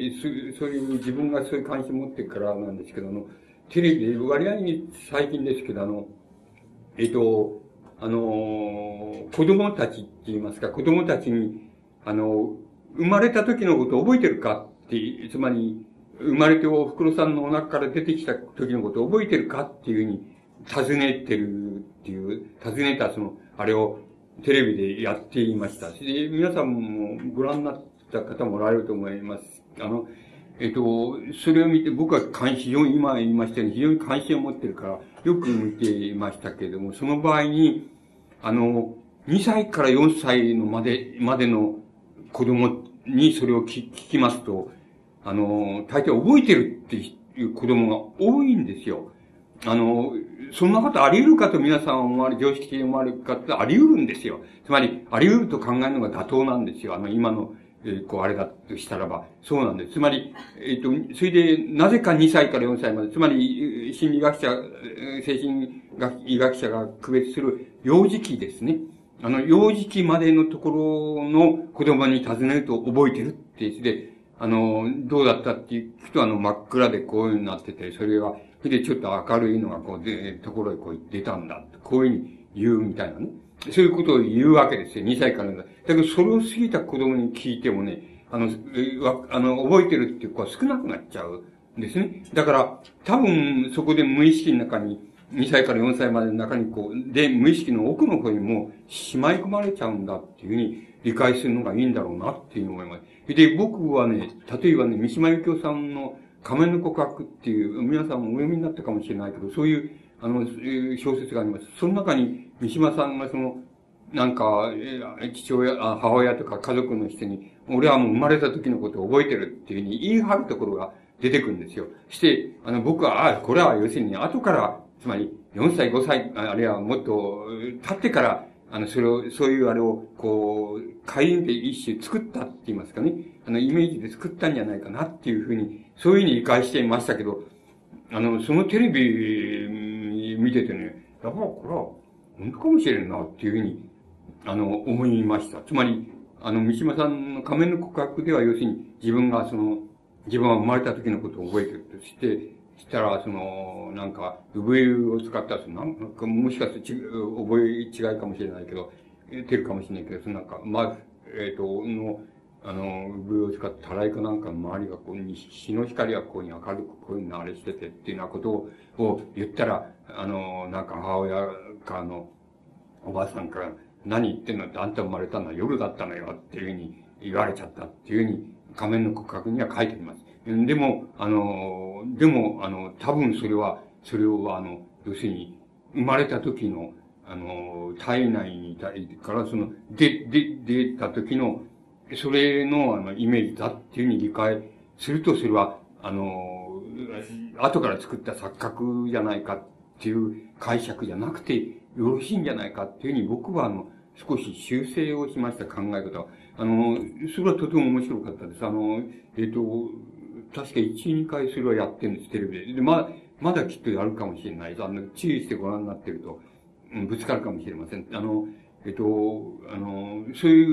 そそういう自分がそういう関心を持ってからなんですけど、あの、テレビで割合に最近ですけど、あの、えっと、あの、子供たちって言いますか、子供たちに、あの、生まれた時のことを覚えてるかって、つまり、生まれてお袋さんのお腹から出てきた時のことを覚えてるかっていうふうに尋ねてるっていう、尋ねたその、あれをテレビでやっていました。で、皆さんもご覧になった方もおられると思います。あの、えっと、それを見て、僕は関心を、今言いましたように非常に関心を持ってるから、よく見ていましたけれども、その場合に、あの、にさいからよんさいのまで、までの子供にそれを聞きますと、あの、大抵覚えてるっていう子供が多いんですよ。あの、そんなことあり得るかと皆さん思われ、常識的に思われるかってあり得るんですよ。つまり、あり得ると考えるのが妥当なんですよ。あの、今の、えー、こう、あれだとしたらば、そうなんです。つまり、えっと、それで、なぜかにさいからよんさいまで、つまり、心理学者、精神学医学者が区別する幼児期ですね。あの、幼児期までのところの子供に尋ねると覚えてるって、で、あの、どうだったって聞くと、あの、真っ暗でこういう風になってて、それが、それでちょっと明るいのがこう、で、ところへこう出たんだ。こういうふうに言うみたいなね。そういうことを言うわけですよ。にさいからだ。だけど、それを過ぎた子供に聞いてもね、あの、あの、覚えてるっていう子は少なくなっちゃうんですね。だから、多分、そこで無意識の中に、にさいからよんさいまでの中にこう、で、無意識の奥の方にもしまい込まれちゃうんだっていうふうに理解するのがいいんだろうなっていうふうに思います。で、僕はね、例えばね、三島由紀夫さんの仮面の告白っていう、皆さんもお読みになったかもしれないけど、そういう、あの、小説があります。その中に、三島さんがその、なんか、父親、母親とか家族の人に、俺はもう生まれた時のことを覚えてるっていうふうに言い張るところが出てくるんですよ。して、あの、僕は、ああ、これは要するに後から、つまり、よんさい、ごさい、あるいはもっと経ってから、あの、それを、そういうあれを、こう、会員で一種作ったって言いますかね。あの、イメージで作ったんじゃないかなっていうふうに、そういうふうに理解していましたけど、あの、そのテレビ見ててね、やっぱこれは、本当かもしれんなっていうふうに、あの、思いました。つまり、あの、三島さんの仮面の告白では、要するに、自分がその、自分が生まれた時のことを覚えてるとして、したら、その、なんか、産湯を使ったその、なんか、もしかしてち、覚え違いかもしれないけど、てるかもしれないけど、そのなんか、まあ、えっ、ー、と、の、あの、産湯を使ったたらいかなんかの周りがこう、日の光がこうに明るくこういうのあれしててっていうようなことをを言ったら、あの、なんか母親か、あの、おばあさんから、何言ってんのって、あんた生まれたのは夜だったのよっていうふうに言われちゃったっていうふうに仮面の告白には書いてあります。でも、あの、でも、あの、多分それは、それをあの、要するに、生まれた時の、あの、体内にいたから、その、で、で、出た時の、それの、あの、イメージだっていうふうに理解すると、それは、あの、後から作った錯覚じゃないかっていう解釈じゃなくて、よろしいんじゃないかっていうふうに僕はあの、少し修正をしました考え方は。あの、それはとても面白かったです。あの、えっと、確かいち、にかいそれはやってるんです、テレビで。で、ま、まだきっとやるかもしれない。あの、注意してご覧になってると、うん、ぶつかるかもしれません。あの、えっと、あの、そういう、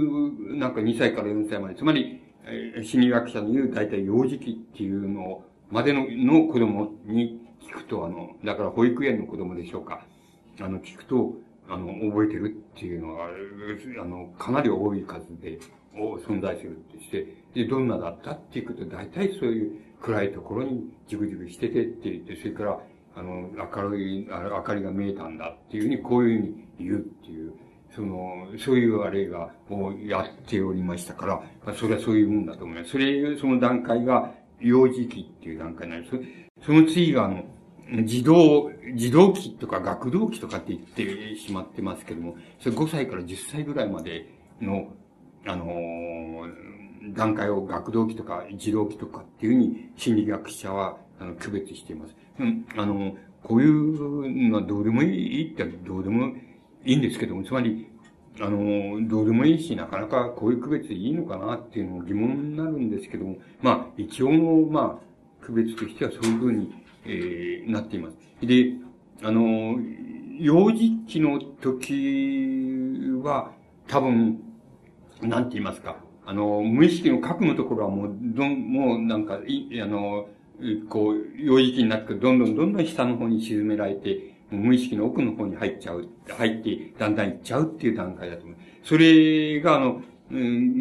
なんかにさいからよんさいまで、つまり、えー、心理学者の言う大体幼児期っていうのまでの、の子供に聞くと、あの、だから保育園の子供でしょうか。あの、聞くと、あの、覚えてるっていうのは、あの、かなり多い数で、存在するってして、で、どんなだったっていうことで、大体そういう暗いところにジグジグしててって言って、それから、あの、明るい、明かりが見えたんだっていうふうに、こういうふうに言うっていう、 その、そういうあれが、をやっておりましたから、まあ、それはそういうもんだと思います。それ、その段階が、幼児期っていう段階になります。その次が、あの、児童、児童期とか学童期とかって言ってしまってますけども、それごさいからじゅっさいぐらいまでの、あのー、段階を学童期とか児童期とかっていうふうに心理学者は、あの、区別しています。うん、あの、こういうのはどうでもいいってどうでもいいんですけども、つまり、あの、どうでもいいし、なかなかこういう区別でいいのかなっていうのも疑問になるんですけども、まあ、一応の、まあ、区別としてはそういうふうに、えー、なっています。で、あの、幼児期の時は、多分、なんて言いますか、あの、無意識の核のところはもう、どん、もうなんか、い、あの、こう、幼児期になってどんどんどんどん下の方に沈められて、無意識の奥の方に入っちゃう、入って、だんだん行っちゃうっていう段階だと思う。それが、あの、うん、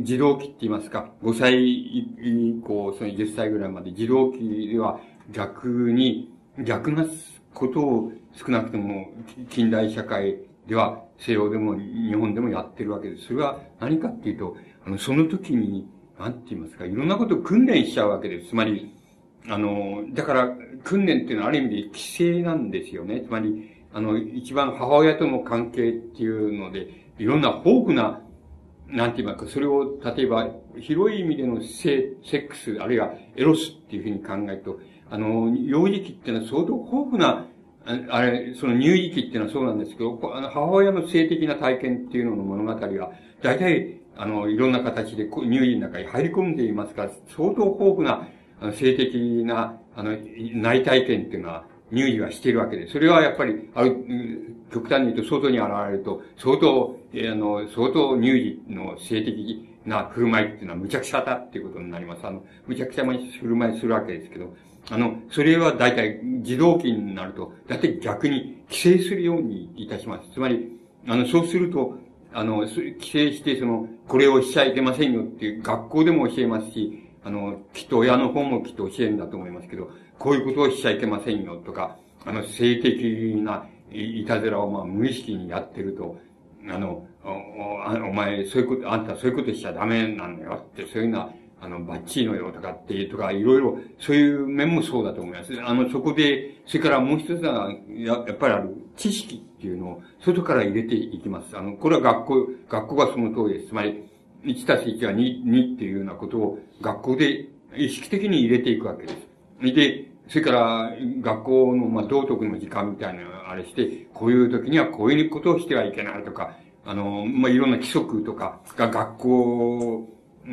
児童期って言いますか、ごさい以降、そのじゅっさいぐらいまで、児童期では逆に、逆なことを少なくとも近代社会では西洋でも日本でもやってるわけです。それは何かっていうと、あの、その時に、なんて言いますか、いろんなことを訓練しちゃうわけです。つまり、あの、だから、訓練っていうのはある意味で規制なんですよね。つまり、あの、一番母親との関係っていうので、いろんな豊富な、なんて言いますか、それを、例えば、広い意味での性、セックス、あるいはエロスっていうふうに考えると、あの、幼児期っていうのは相当豊富な、あれ、その乳児期っていうのはそうなんですけど、あの、母親の性的な体験っていうのの物語が、大体、あの、いろんな形で乳児の中に入り込んでいますから、相当豊富な、あの性的な、あの、内体験っていうのは、乳児はしているわけで、それはやっぱり、ある、極端に言うと、外に現れると、相当、えあの、相当乳児の性的な振る舞いっていうのは無茶苦茶だっていうことになります。あの、無茶苦茶な振る舞いするわけですけど、あの、それは大体、児童期になると、だいたい逆に規制するようにいたします。つまり、あの、そうすると、あの、規制して、その、これをしちゃいけませんよっていう、学校でも教えますし、あの、きっと親の方もきっと教えるんだと思いますけど、こういうことをしちゃいけませんよとか、あの、性的ないたずらをまあ無意識にやってると、あの、お、お前、そういうこと、あんたそういうことしちゃダメなんだよって、そういうのは、あの、バッチリのよとかっていうとか、いろいろ、そういう面もそうだと思います。あの、そこで、それからもう一つは、や、やっぱりある、知識っていうのを外から入れていきます。あの、これは学校、学校がその通りです。つまり、いちたすいちはに、にっていうようなことを学校で意識的に入れていくわけです。で、それから、学校の、まあ、道徳の時間みたいなのをあれして、こういう時にはこういうことをしてはいけないとか、あの、まあ、いろんな規則とかが学校、うん、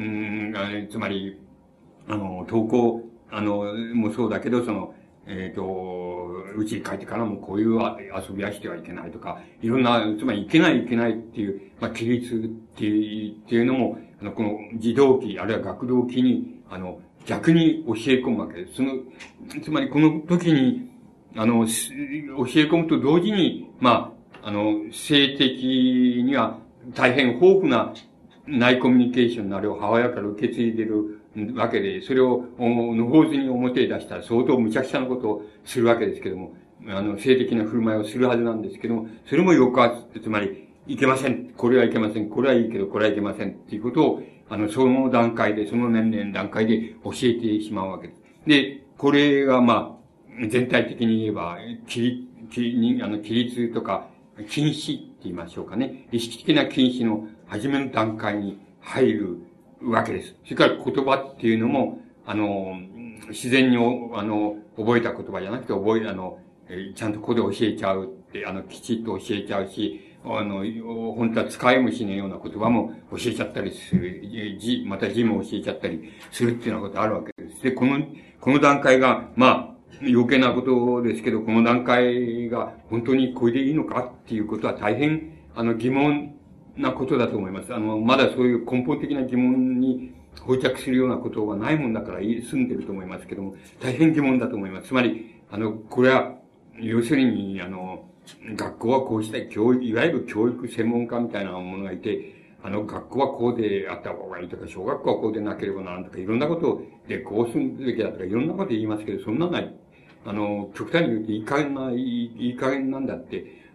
あれつまり、あの、登校、あの、もそうだけど、その、えっ、と、うちに帰ってからもこういう遊びはしてはいけないとか、いろんな、つまりいけないいけないっていう、まあ、規律っていう、っていうのも、あの、この児童期、あるいは学童期に、あの、逆に教え込むわけです。その、つまりこの時に、あの、教え込むと同時に、まあ、あの、性的には大変豊富な内コミュニケーションのあれを母親から受け継いでるわけで、それを、のほうずに表へ出したら相当無茶苦茶なことをするわけですけども、あの、性的な振る舞いをするはずなんですけども、それも抑圧って、つまり、いけません。これはいけません。これはいいけど、これはいけません。っていうことを、あの、その段階で、その年齢の段階で教えてしまうわけです。で、これが、まあ、全体的に言えば、規律、あの、規律とか、禁止って言いましょうかね。意識的な禁止の初めの段階に入るわけです。それから言葉っていうのも、あの、自然に、あの、覚えた言葉じゃなくて、覚え、あの、ちゃんとここで教えちゃうって、あの、きちっと教えちゃうし、あの、本当は使い虫のような言葉も教えちゃったりする。字、また字も教えちゃったりするっていうようなことあるわけです。で、この、この段階が、まあ、余計なことですけど、この段階が本当にこれでいいのかっていうことは大変、あの、疑問なことだと思います。あの、まだそういう根本的な疑問に到着するようなことがないもんだから済んでると思いますけども、大変疑問だと思います。つまり、あの、これは、要するに、あの、学校はこうしたい、教育、いわゆる教育専門家みたいなものがいて、あの、学校はこうであった方がいいとか、小学校はこうでなければならんとか、いろんなことでこうするべきだとか、いろんなこと言いますけど、そんなのは、あの、極端に言うといい加減な、いい、いい加減なんだって、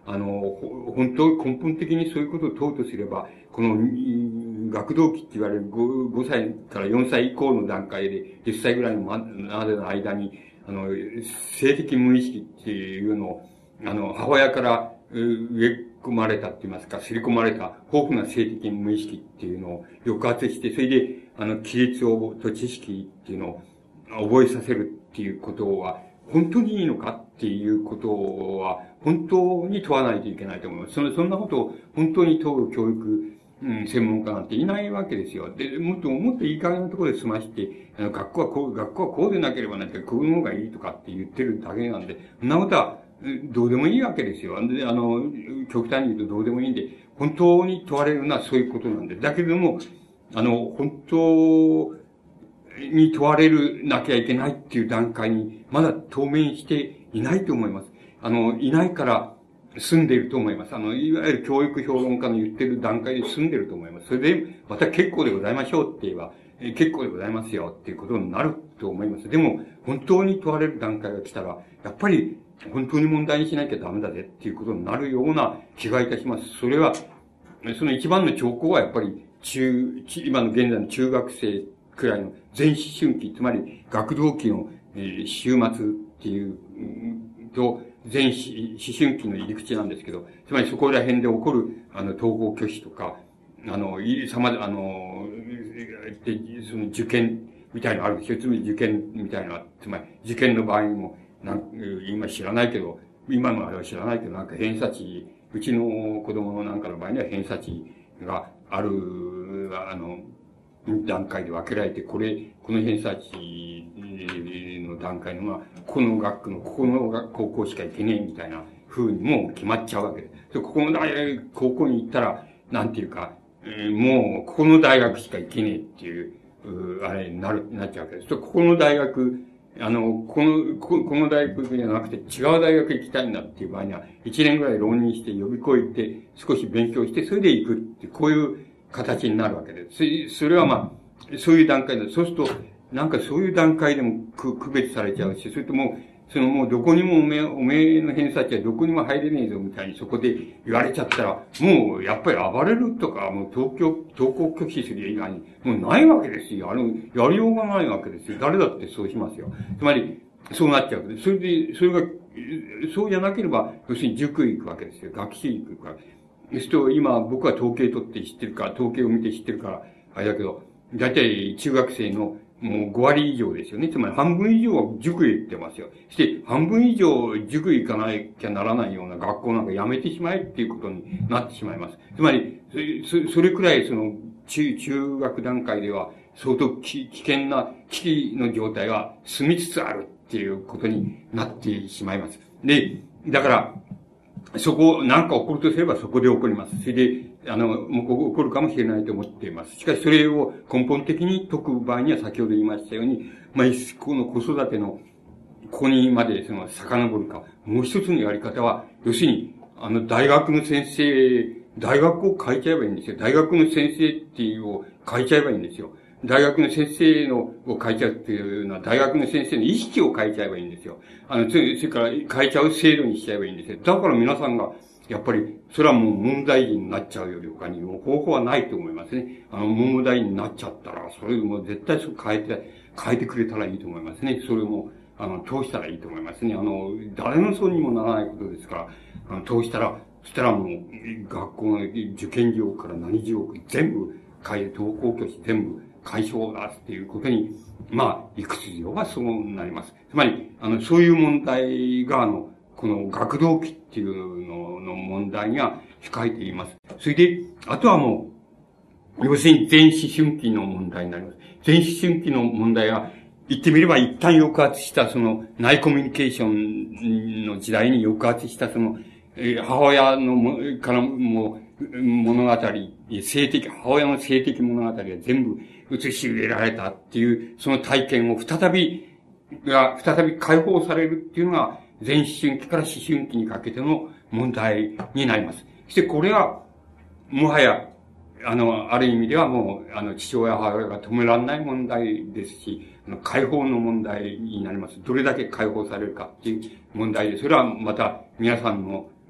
あの、本当、根本的にそういうことを問うとすれば、この、学童期って言われる 5, 5歳からよんさい以降の段階で、じゅっさいぐらいのまでの間に、あの、性的無意識っていうのを、あの、母親から植え込まれたって言いますか、刷り込まれた豊富な性的無意識っていうのを抑圧して、それで、あの、規律を、と知識っていうのを覚えさせるっていうことは、本当にいいのかっていうことは、本当に問わないといけないと思います。その、そんなことを本当に問う教育、うん、専門家なんていないわけですよ。で、もっと、もっといい加減なところで済まして、あの、学校はこう、学校はこうでなければなくて、こういうのがいいとかって言ってるだけなんで、そんなことは、どうでもいいわけですよ。で、あの、極端に言うとどうでもいいんで、本当に問われるのはそういうことなんで。だけれども、あの、本当に問われるなきゃいけないっていう段階に、まだ当面していないと思います。あの、いないから、済んでいると思います。あの、いわゆる教育評論家の言ってる段階で済んでいると思います。それで、また結構でございましょうって言えば、え結構でございますよっていうことになると思います。でも、本当に問われる段階が来たら、やっぱり、本当に問題にしなきゃダメだぜっていうことになるような気がいたします。それは、その一番の兆候はやっぱり、中、今の現在の中学生くらいの前思春期、つまり学童期の、えー、週末っていう、と、前思春期の入り口なんですけど、つまりそこら辺で起こる、あの、登校拒否とか、あの、さま、あの、で、その受験みたいなのあるでしょ。つまり受験みたいな、つまり受験の場合にも、なん今知らないけど、今のあれは知らないけど、なんか偏差値、うちの子供のなんかの場合には偏差値がある、あの、段階で分けられて、これ、この偏差値の段階のは、この学区の、ここの高校しか行けねえみたいな風にもう決まっちゃうわけです。ここの大学、高校に行ったら、なんていうか、えー、もう、ここの大学しか行けねえっていう、うあれになる、なっちゃうわけです。ここの大学、あの、この、ここの大学じゃなくて違う大学行きたいんだっていう場合には、一年ぐらい浪人して呼び越えて、少し勉強して、それで行くって、こういう形になるわけです。それはまあ、そういう段階だ。そうすると、なんかそういう段階でも区区別されちゃうし、それとも、そのもうどこにもおめえ、おめえの偏差値はどこにも入れねえぞみたいにそこで言われちゃったら、もうやっぱり暴れるとか、もう東京、登校拒否する以外に、もうないわけですよ。あの、やりようがないわけですよ。誰だってそうしますよ。つまり、そうなっちゃうわけです。それで、それが、そうじゃなければ、要するに塾行くわけですよ。学習行くわけです。そうすると、今僕は統計取って知ってるから、統計を見て知ってるから、あれだけど、だいたい中学生のもうご割以上ですよね。つまり半分以上は塾へ行ってますよ。そして半分以上塾へ行かなきゃならないような学校なんかやめてしまえっていうことになってしまいます。つまり、そそれくらいその中、中学段階では相当危険な危機の状態が進みつつあるっていうことになってしまいます。で、だから、そこ、なんか起こるとすればそこで起こります。それで、あの、もう起こるかもしれないと思っています。しかしそれを根本的に解く場合には先ほど言いましたように、まあ、この子育ての、ここにまでその遡るか。もう一つのやり方は、要するに、あの、大学の先生、大学を変えちゃえばいいんですよ。大学の先生っていうのを変えちゃえばいいんですよ。大学の先生のを変えちゃうっていうのは、大学の先生の意識を変えちゃえばいいんですよ。あの、それから変えちゃう制度にしちゃえばいいんですよ。だから皆さんが、やっぱり、それはもう問題児になっちゃうより他にも方法はないと思いますね。あの、問題児になっちゃったら、それも絶対それ変えて、変えてくれたらいいと思いますね。それも、あの、通したらいいと思いますね。あの、誰の損にもならないことですから、あの、通したら、そしたらもう、学校の受験地獄から何地獄全部変え、登校拒否全部解消だっていうことに、まあ、理屈上はそうなります。つまり、あの、そういう問題が、あの、この学童期っていうのの問題には控えています。それで、あとはもう、要するに前思春期の問題になります。前思春期の問題は、言ってみれば一旦抑圧したその内コミュニケーションの時代に抑圧したその、えー、母親のも、からも物語、性的、母親の性的物語が全部映し入れられたっていう、その体験を再び、が、再び解放されるっていうのが、前思春期から思春期にかけての問題になります。そしてこれは、もはや、あの、ある意味ではもう、あの、父親、母親が止められない問題ですし、あの、解放の問題になります。どれだけ解放されるかっていう問題で、それはまた皆さんの、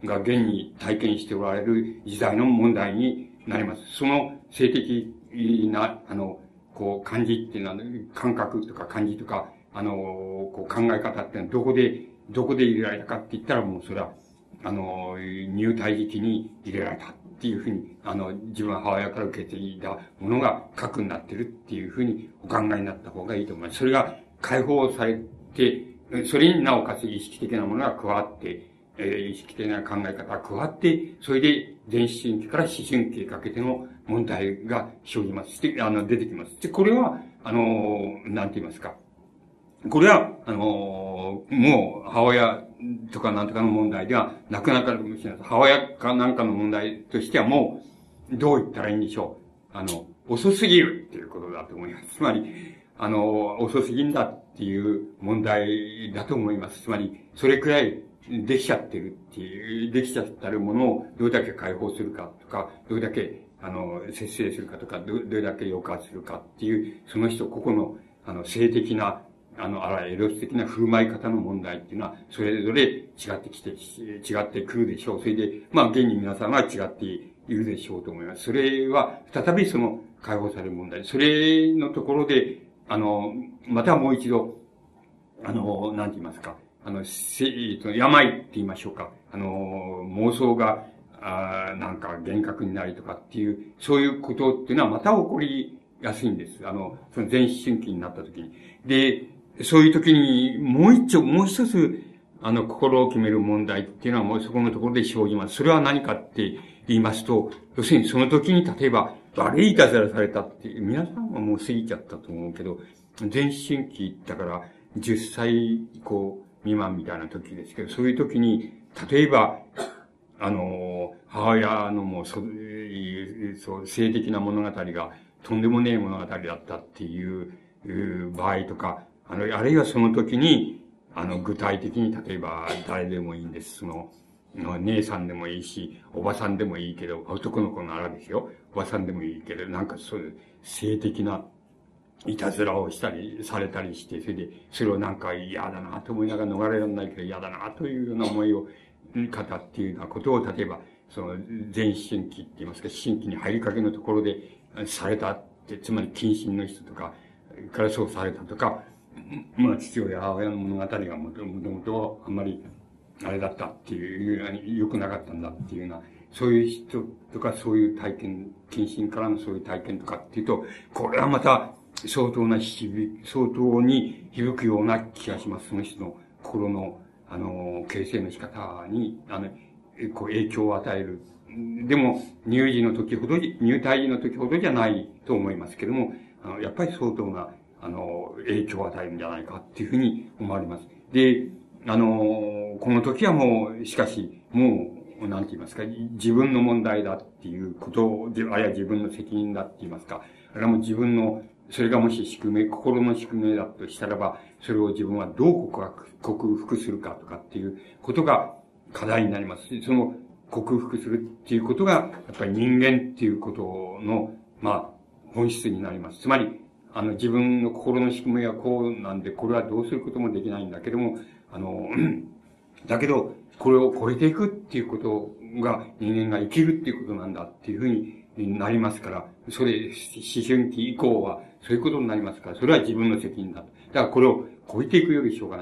が現に体験しておられる時代の問題になります。その性的な、あの、こう、感じっていうのは、感覚とか感じとか、あの、こう、考え方っていうのはどこで、どこで入れられたかって言ったらもうそれは、あの、入体時期に入れられたっていうふうに、あの、自分は母親から受け継いだものが核になってるっていうふうにお考えになった方がいいと思います。それが解放されて、それになおかつ意識的なものが加わって、えー、意識的な考え方が加わって、それで前思春期から思春期にかけての問題が生じます。で、あの、出てきます。で、これは、あの、なんて言いますか。これは、あの、もう、母親とかなんとかの問題ではなくなるかもしれない。母親かなんかの問題としてはもう、どう言ったらいいんでしょう。あの、遅すぎるっていうことだと思います。つまり、あの、遅すぎんだっていう問題だと思います。つまり、それくらいできちゃってるっていう、できちゃってるものをどれだけ解放するかとか、どれだけ、あの、節制するかとか、どれだけ抑圧するかっていう、その人個々の、あの、性的な、あの、あら、エロス的な振る舞い方の問題っていうのは、それぞれ違ってきて、違ってくるでしょう。それで、まあ、現に皆さんは違っているでしょうと思います。それは、再びその、解放される問題。それのところで、あの、またもう一度、あの、なんて言いますか。あの、せ、病って言いましょうか。あの、妄想が、あなんか幻覚になりとかっていう、そういうことっていうのはまた起こりやすいんです。あの、その前思春期になった時に。で、そういう時に、もう一丁、もう一つ、あの、心を決める問題っていうのはもうそこのところで生じます。それは何かって言いますと、要するにその時に例えば、悪いいたずらされたって、皆さんはもう過ぎちゃったと思うけど、前思春期だからじゅっさい以降未満みたいな時ですけど、そういう時に、例えば、あの、母親のもうそ、そう、性的な物語がとんでもねえ物語だったっていう場合とか、あの、あるいはその時に、あの、具体的に、例えば、誰でもいいんです。その、姉さんでもいいし、おばさんでもいいけど、男の子ならですよ。おばさんでもいいけど、なんかそういう性的ないたずらをしたり、されたりして、それで、それをなんか嫌だなと思いながら逃れられないけど嫌だなというような思いを、方っていうようなことを、例えば、その、前思春期って言いますか、思春期に入りかけのところで、されたって、つまり、近親の人とか、からそうされたとか、まあ、父親、母親の物語がもともとあんまり、あれだったっていう、良くなかったんだっていうような、そういう人とかそういう体験、近親からのそういう体験とかっていうと、これはまた相当な響き、相当に響くような気がします。その人の心の、あの、形成の仕方に、あの、こう影響を与える。でも、乳児の時ほど、入体児の時ほどじゃないと思いますけども、あの、やっぱり相当な、あの、影響を与えるんじゃないかっていうふうに思われます。で、あの、この時はもう、しかし、もう、なんて言いますか、自分の問題だっていうことを、あるいは自分の責任だって言いますか、あれはもう自分の、それがもし宿命、心の宿命だとしたらば、それを自分はどう克服、克服するかとかっていうことが課題になりますし、その克服するっていうことが、やっぱり人間っていうことの、まあ、本質になります。つまり、あの、自分の心の宿命はこうなんで、これはどうすることもできないんだけども、あの、だけど、これを超えていくっていうことが、人間が生きるっていうことなんだっていうふうになりますから、それ、思春期以降は、そういうことになりますから、それは自分の責任だと。だからこれを超えていくよりしょうがない。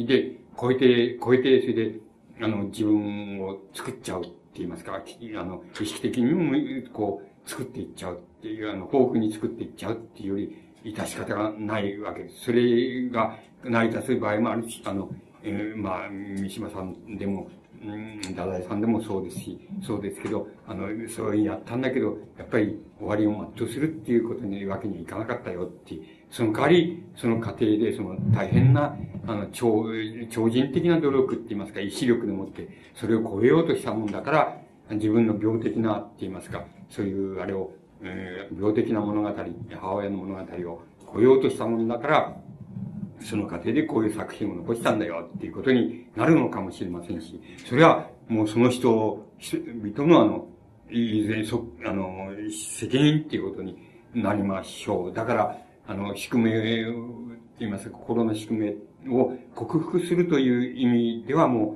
で、超えて、超えて、それで、あの、自分を作っちゃうって言いますか、あの、意識的にも、こう、作っていっちゃうっていう、あの、豊富に作っていっちゃうっていうより、致し方がないわけです。それが成り立つ場合もあるし、あの、えー、まあ、三島さんでも、うん、太宰さんでもそうですし、そうですけど、あの、そういうやったんだけど、やっぱり終わりを全うするっていうことにわけにいかなかったよっていう、その代わり、その過程で、その大変な、あの、超、超人的な努力って言いますか、意志力でもって、それを超えようとしたもんだから、自分の病的なって言いますか、そういう、あれを、えー、病的な物語、母親の物語を超えようとしたものだから、その過程でこういう作品を残したんだよっていうことになるのかもしれませんし、それはもうその人、人のあの、いずれそ、あの、責任っていうことになりましょう。だから、あの、宿命、と言いますか、心の宿命を克服するという意味ではも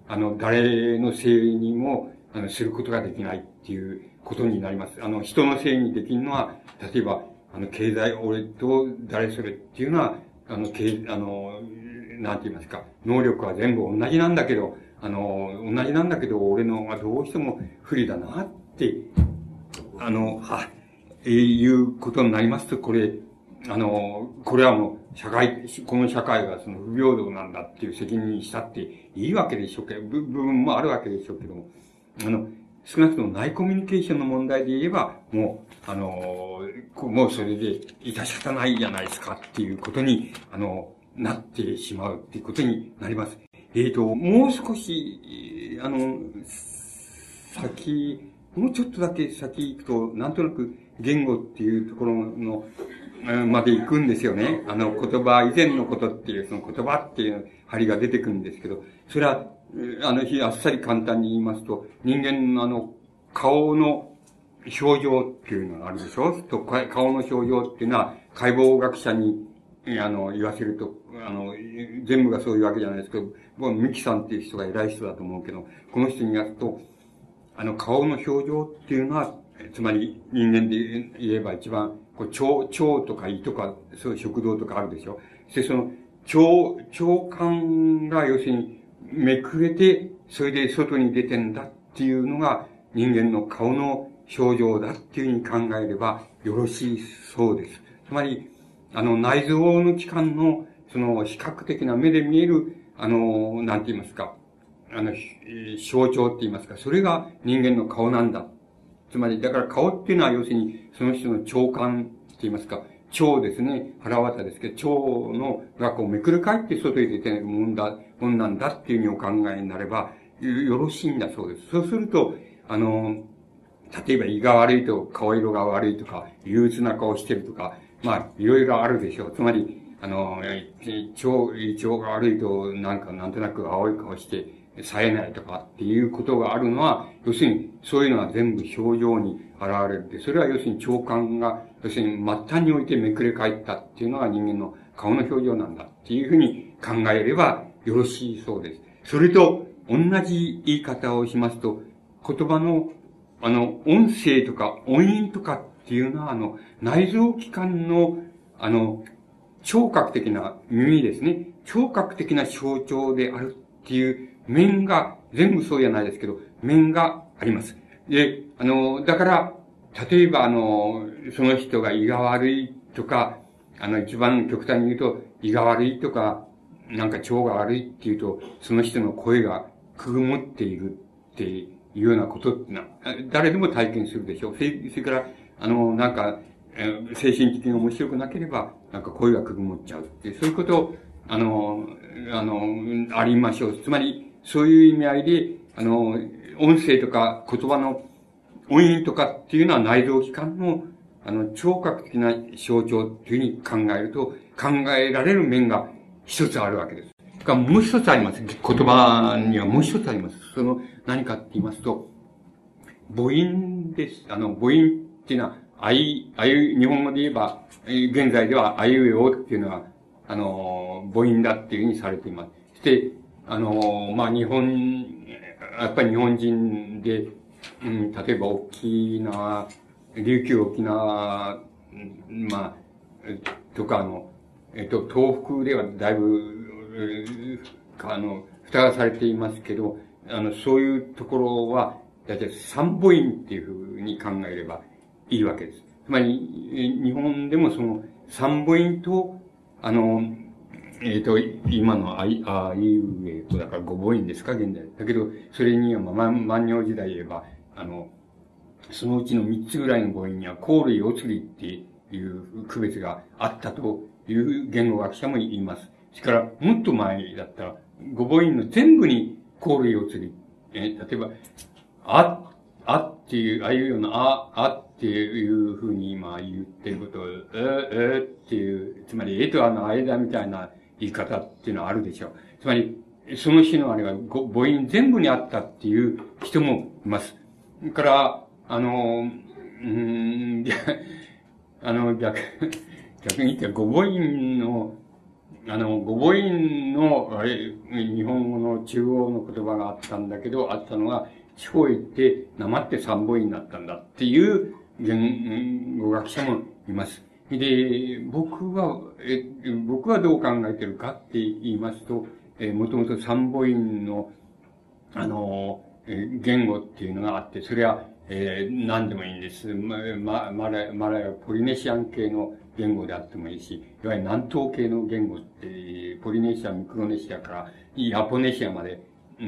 あの、誰のせいにも、あの、することができないっていうことになります。あの、人のせいにできるのは、例えば、あの、経済、俺と誰それっていうのは、あの、経、あの、なんて言いますか、能力は全部同じなんだけど、あの、同じなんだけど、俺のはどうしても不利だなって、あの、は、えー、いうことになりますと、これ、あの、これはもう、社会、この社会がその不平等なんだっていう責任にしたっていいわけでしょうけど、部分もあるわけでしょうけども、あの、少なくとも内コミュニケーションの問題で言えば、もう、あの、もうそれで、致し方ないじゃないですかっていうことに、あの、なってしまうっていうことになります。えっと、もう少し、あの、先、もうちょっとだけ先行くと、なんとなく言語っていうところの、まで行くんですよね。あの、言葉以前のことっていう、その言葉っていう張りが出てくるんですけど、それは、あの、あっさり簡単に言いますと、人間のあの、顔の表情っていうのがあるでしょ。と顔の表情っていうのは、解剖学者に、あの、言わせると、あの、全部がそういうわけじゃないですけど、僕はミキさんっていう人が偉い人だと思うけど、この人に言わすと、あの、顔の表情っていうのは、つまり人間で言えば一番、こう腸、腸とか胃とか、そういう食道とかあるでしょ。そしてその、腸、腸管が要するにめくれて、それで外に出てんだっていうのが人間の顔の表情だっていうふうに考えればよろしいそうです。つまり、あの、内臓の器官の、その、比較的な目で見える、あの、なんて言いますか、あの、象徴って言いますか、それが人間の顔なんだ。つまり、だから顔っていうのは要するに、その人の腸管って言いますか、腸ですね、腹渡ですけど、腸のがこうめくる返って外に出てるもんだ、もんなんだっていうふうにお考えになれば、よろしいんだそうです。そうすると、あの、例えば胃が悪いと顔色が悪いとか、憂鬱な顔してるとか、まあ、いろいろあるでしょう。つまり、あの、腸、胃腸が悪いと、なんか、なんとなく青い顔して、冴えないとかっていうことがあるのは、要するに、そういうのは全部表情に現れるって、それは要するに腸管が、要するに末端においてめくれ返ったっていうのが人間の顔の表情なんだっていうふうに考えればよろしいそうです。それと、同じ言い方をしますと、言葉の、あの、音声とか音韻とかっていうのは、あの、内臓器官の、あの、聴覚的な耳ですね。聴覚的な象徴であるっていう面が、全部そうじゃないですけど、面があります。で、あの、だから、例えばあの、その人が胃が悪いとか、あの、一番極端に言うと、胃が悪いとか、なんか腸が悪いっていうと、その人の声がくぐもっているっていうようなことってな、誰でも体験するでしょう。それそれから、あの、なんか、精神的に面白くなければ、なんか声がくぐもっちゃうっていう、そういうことを、あの、あの、ありましょう。つまり、そういう意味合いで、あの、音声とか言葉の音韻とかっていうのは内臓器官の、あの、聴覚的な象徴っていうふうに考えると、考えられる面が一つあるわけです。が、もう一つあります。言葉にはもう一つあります。その、何かって言いますと、母音です。あの、母音っていうのは、あい、あゆ、日本語で言えば、現在ではあいうえおっていうのは、あの、母音だっていうふうにされています。そして、あの、まあ、日本、やっぱり日本人で、うん、例えば沖縄、琉球沖縄、まあ、とか、あの、えっと、東北ではだいぶ、あの、蓋がされていますけど、あの、そういうところは、だいたい三母音っていうふうに考えればいいわけです。つまり、日本でもその三母音と、あの、えっ、ー、と、今のあい、あいうえと、だから五母音ですか、現在。だけど、それには、まあ、万葉時代言えば、あの、そのうちの三つぐらいの母音には、香類、おつりっていう区別があったという言語学者も言います。それから、もっと前だったら、五母音の全部に香類、おつり。えー、例えば、あ、あっていう、ああいうような、あ、あっていうふうに今言ってることを、え、えっていう、つまり、えとあの間みたいな言い方っていうのはあるでしょう。つまり、その日のあれが母音全部にあったっていう人もいます。それから、あの、うん、あの、逆、逆に言ったら、五母音の、 あの、語母音の、あれ、日本語の中央の言葉があったんだけど、あったのが、地方へ行って、なまって三母音になったんだっていう言語学者もいます。で、僕は、え、僕はどう考えてるかって言いますと、え、もともと三母音の、あの、え、言語っていうのがあって、それは、えー、何でもいいんです。ま、ま、マラヤ、マラヤ、ポリネシアン系の言語であってもいいし、いわゆる南東系の言語って、ポリネシア、ミクロネシアから、ヤポネシアまで、うん、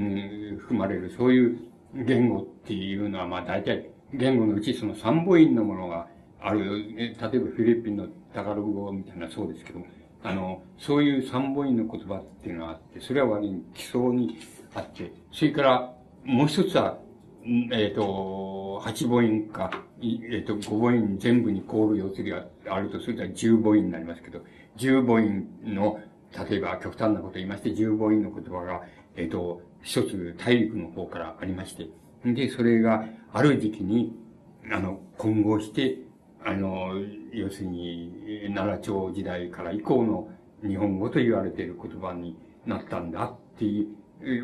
含まれる、そういう言語っていうのは、まあ大体、言語のうちその三母音のものがある。例えばフィリピンのタガログ語みたいなそうですけども、あの、そういう三母音の言葉っていうのがあって、それは割に基礎にあって、それから、もう一つは、えっ、ー、と、八母音か、えっ、ー、と、五母音全部にコール要するがあるとすると十母音になりますけど、十母音の、例えば極端なことを言いまして、十母音の言葉が、えっ、ー、と、一つ大陸の方からありまして、で、それがある時期に、あの、混合して、あの、要するに、奈良朝時代から以降の日本語と言われている言葉になったんだっていう、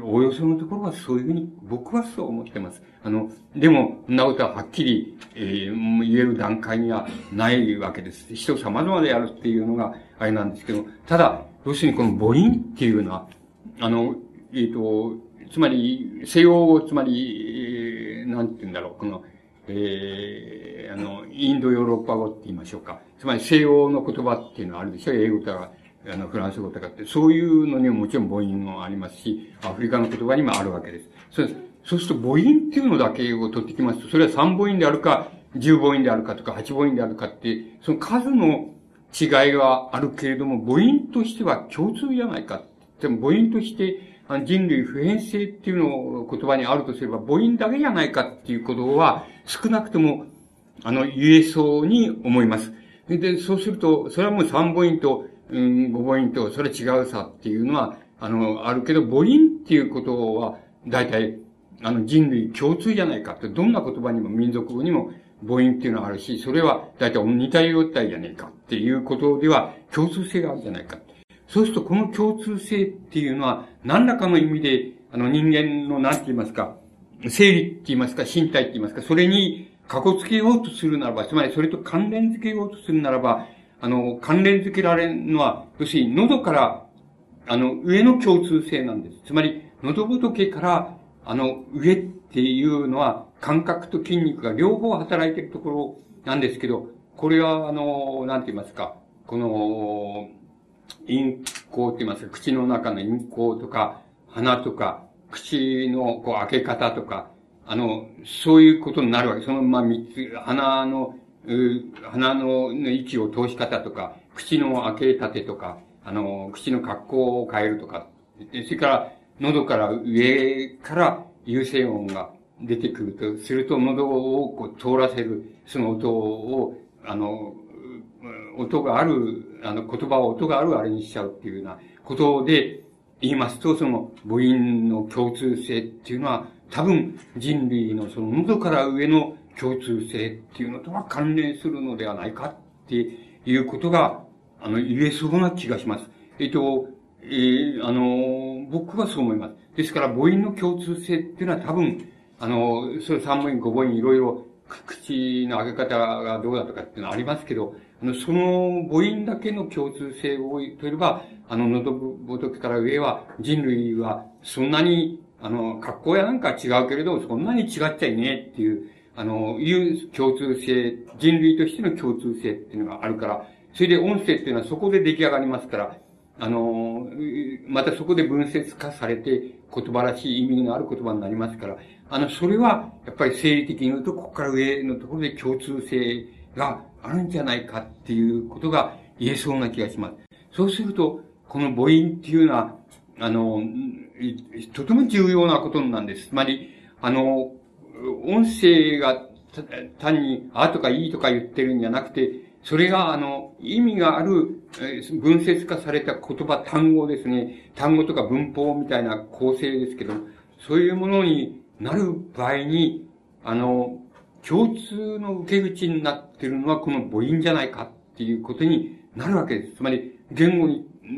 およそのところはそういうふうに僕はそう思ってます。あの、でも、そんなことははっきり、えー、言える段階にはないわけです。人様々でやるっていうのがあれなんですけど、ただ、要するにこの母音っていうのは、あの、えっ、ー、と、つまり、西洋語、つまり、えー、なんて言うんだろう、この、えー、あの、インドヨーロッパ語って言いましょうか。つまり西洋の言葉っていうのはあるでしょ。英語とか、あの、フランス語とかって、そういうのにももちろん母音もありますし、アフリカの言葉にもあるわけです。そうです。そうすると母音っていうのだけを取ってきますと、それは三母音であるか、十母音であるかとか、八母音であるかって、その数の違いはあるけれども、母音としては共通じゃないか。でも母音として、人類普遍性っていうのを言葉にあるとすれば、母音だけじゃないかっていうことは、少なくとも、あの、言えそうに思います。で、そうすると、それはもう三母音と、うん、五母音と、それ違うさっていうのは、あの、あるけど、母音っていうことは、大体、あの、人類共通じゃないかって、どんな言葉にも民族語にも母音っていうのはあるし、それは大体似たよったじゃねえかっていうことでは、共通性があるじゃないか。そうすると、この共通性っていうのは、何らかの意味で、あの、人間の、なんて言いますか、生理って言いますか、身体って言いますか、それに、かこつけようとするならば、つまりそれと関連づけようとするならば、あの、関連づけられるのは、要するに喉から、あの、上の共通性なんです。つまり、喉仏から、あの、上っていうのは、感覚と筋肉が両方働いているところなんですけど、これは、あの、なんて言いますか、この、咽喉って言いますか、口の中の咽喉とか、鼻とか、口のこう開け方とか、あの、そういうことになるわけ。その、まあ、三つ、鼻の、鼻の位置を通し方とか、口の開け立てとか、あの、口の格好を変えるとか、それから、喉から上から有声音が出てくると、すると喉をこう通らせる、その音を、あの、音がある、あの、言葉を音があるあれにしちゃうっていうようなことで言いますと、その母音の共通性っていうのは、多分人類のその喉から上の共通性っていうのとは関連するのではないかっていうことが、あの、言えそうな気がします。えっと、えー、あの、僕はそう思います。ですから母音の共通性っていうのは多分、あの、それ三母音、五母音いろいろ口の開け方がどうだとかっていうのはありますけど、あの、その母音だけの共通性をとれば、あの、喉仏から上は、人類はそんなに、あの、格好やなんか違うけれど、そんなに違っちゃいねえっていう、あの、いう共通性、人類としての共通性っていうのがあるから、それで音声っていうのはそこで出来上がりますから、あの、またそこで分節化されて言葉らしい意味のある言葉になりますから、あの、それは、やっぱり生理的に言うと、ここから上のところで共通性があるんじゃないかっていうことが言えそうな気がします。そうすると、この母音っていうのは、あの、とても重要なことなんです。つまり、あの、音声が単に、あとかいいとか言ってるんじゃなくて、それが、あの、意味がある、分節化された言葉、単語ですね。単語とか文法みたいな構成ですけど、そういうものになる場合に、あの、共通の受け口になっているのはこの母音じゃないかっていうことになるわけです。つまり、言語に、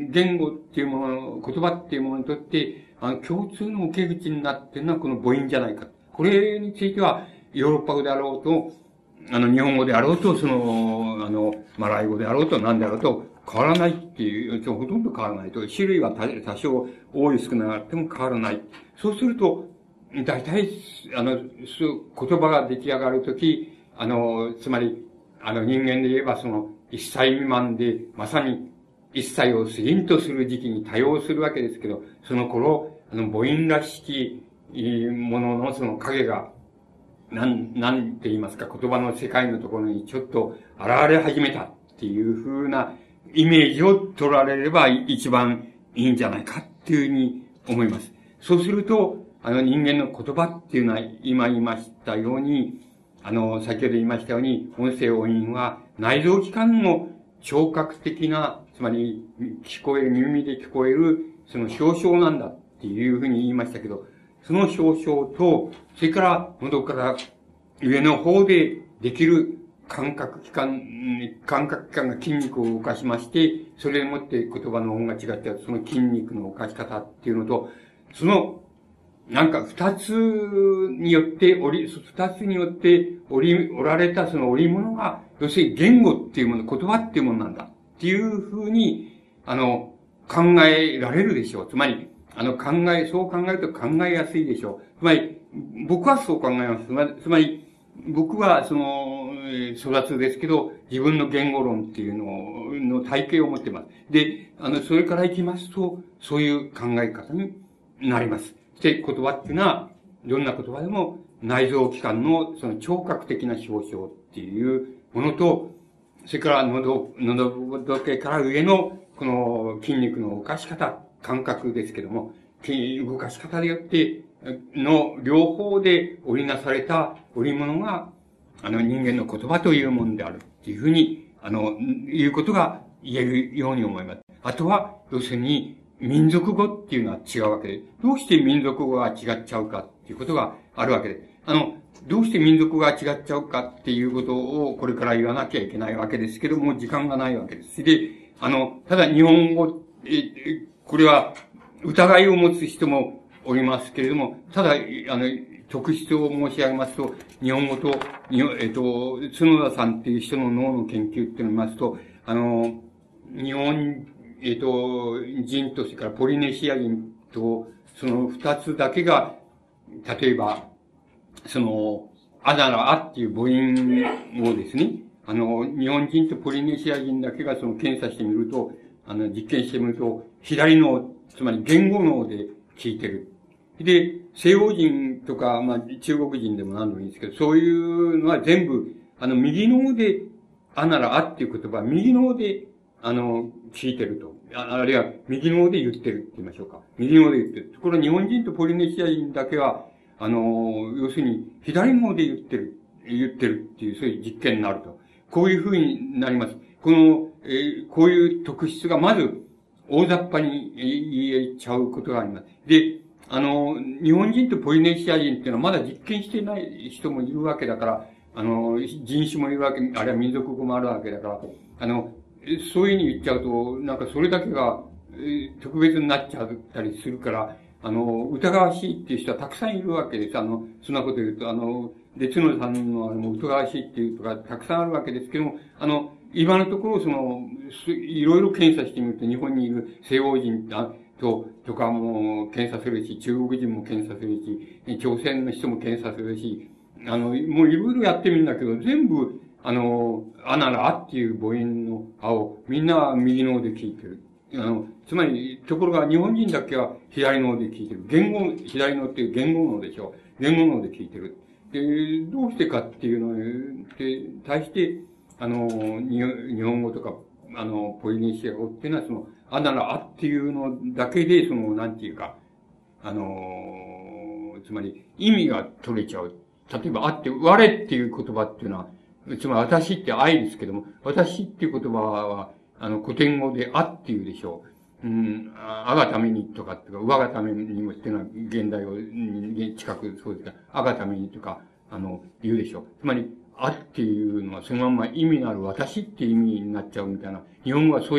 言語っていうもの、言葉っていうものにとって、あの、共通の受け口になっているのはこの母音じゃないか。これについては、ヨーロッパ語であろうと、あの、日本語であろうと、その、あの、マライ語であろうと、何であろうと、変わらないっていう、ほとんど変わらないと。種類は多少多い少なくあっても変わらない。そうすると、大体、あの、言葉が出来上がるとき、あの、つまり、あの、人間で言えばその、一歳未満で、まさに一歳を過ぎんとする時期に多用するわけですけど、その頃、あの、母音らしきもののその影が、なん、なんて言いますか、言葉の世界のところにちょっと現れ始めたっていう風なイメージを取られれば一番いいんじゃないかっていうふうに思います。そうすると、あの人間の言葉っていうのは今言いましたように、あの、先ほど言いましたように、音声音韻は内臓器官の聴覚的な、つまり聞こえる、耳で聞こえる、その表象なんだっていうふうに言いましたけど、その表象と、それから喉から上の方でできる感覚器官、感覚器官が筋肉を動かしまして、それでもって言葉の音が違って、その筋肉の動かし方っていうのと、その、なんか二つによって、折り、二つによって折り、折られたその織物が、要するに言語っていうもの、言葉っていうものなんだっていうふうに、あの、考えられるでしょう。つまり、あの、考え、そう考えると考えやすいでしょう。つまり、僕はそう考えます。つまり、つまり僕は、その、育つですけど、自分の言語論っていうのの体系を持っています。で、あの、それから行きますと、そういう考え方になります。そして言葉っていうのは、どんな言葉でも内臓器官のその聴覚的な表象っていうものと、それから喉、喉仏から上のこの筋肉の動かし方、感覚ですけども、動かし方によっての両方で織りなされた織物が、あの人間の言葉というものであるっていうふうに、あの、いうことが言えるように思います。あとは、要するに、民族語っていうのは違うわけで、どうして民族語が違っちゃうかっていうことがあるわけで、あの、どうして民族語が違っちゃうかっていうことをこれから言わなきゃいけないわけですけども、時間がないわけです。で、あの、ただ日本語、え、これは疑いを持つ人もおりますけれども、ただ、あの、特質を申し上げますと、日本語と、えっと、角田さんっていう人の脳の研究っていうのを見ますと、あの、日本、えっと、人と、それからポリネシア人と、その二つだけが、例えば、その、アナラアっていう母音をですね、あの、日本人とポリネシア人だけがその検査してみると、あの、実験してみると、左脳、つまり言語脳で聞いてる。で、西欧人とか、まあ、中国人でも何でもいいんですけど、そういうのは全部、あの、右脳で、アナラアっていう言葉は右脳で、あの、聞いてると。ああるいは、右脳で言ってるって言いましょうか。右脳で言ってる。ところ日本人とポリネシア人だけは、あの、要するに、左脳で言ってる、言ってるっていう、そういう実験になると。こういう風になります。この、えー、こういう特質がまず、大雑把に言えちゃうことがあります。で、あの、日本人とポリネシア人っていうのはまだ実験していない人もいるわけだから、あの、人種もいるわけ、あるいは民族語もあるわけだから、あの、そういうふうに言っちゃうと、なんかそれだけが、えー、特別になっちゃったりするから、あの、疑わしいっていう人はたくさんいるわけです。あの、そんなこと言うと、あの、で、角田さんのあの、疑わしいっていうとかたくさんあるわけですけども、あの、今のところその、いろいろ検査してみると、日本にいる西欧人と、とかも検査するし、中国人も検査するし、朝鮮の人も検査するし、あの、もういろいろやってみるんだけど、全部、あの、アナラアっていう母音のあをみんな右脳で聞いてる。あの、つまり、ところが日本人だけは左脳で聞いてる。言語、左脳っていう言語脳でしょ。言語脳で聞いてる。で、どうしてかっていうのに対して、あの、日本語とか、あの、ポリネシア語っていうのはその、アナラアっていうのだけで、その、なんていうか、あの、つまり意味が取れちゃう。例えば、あって、我っていう言葉っていうのは、つまり私って愛ですけども、私っていう言葉は、あの、古典語であっていうでしょう。うん、あがためにとかっていうか、我がためにもっていうのは現代語に近くそうですが、あがためにとか、あの、言うでしょう。つまり、あっていうのはそのまま意味のある私っていう意味になっちゃうみたいな。日本語はそういう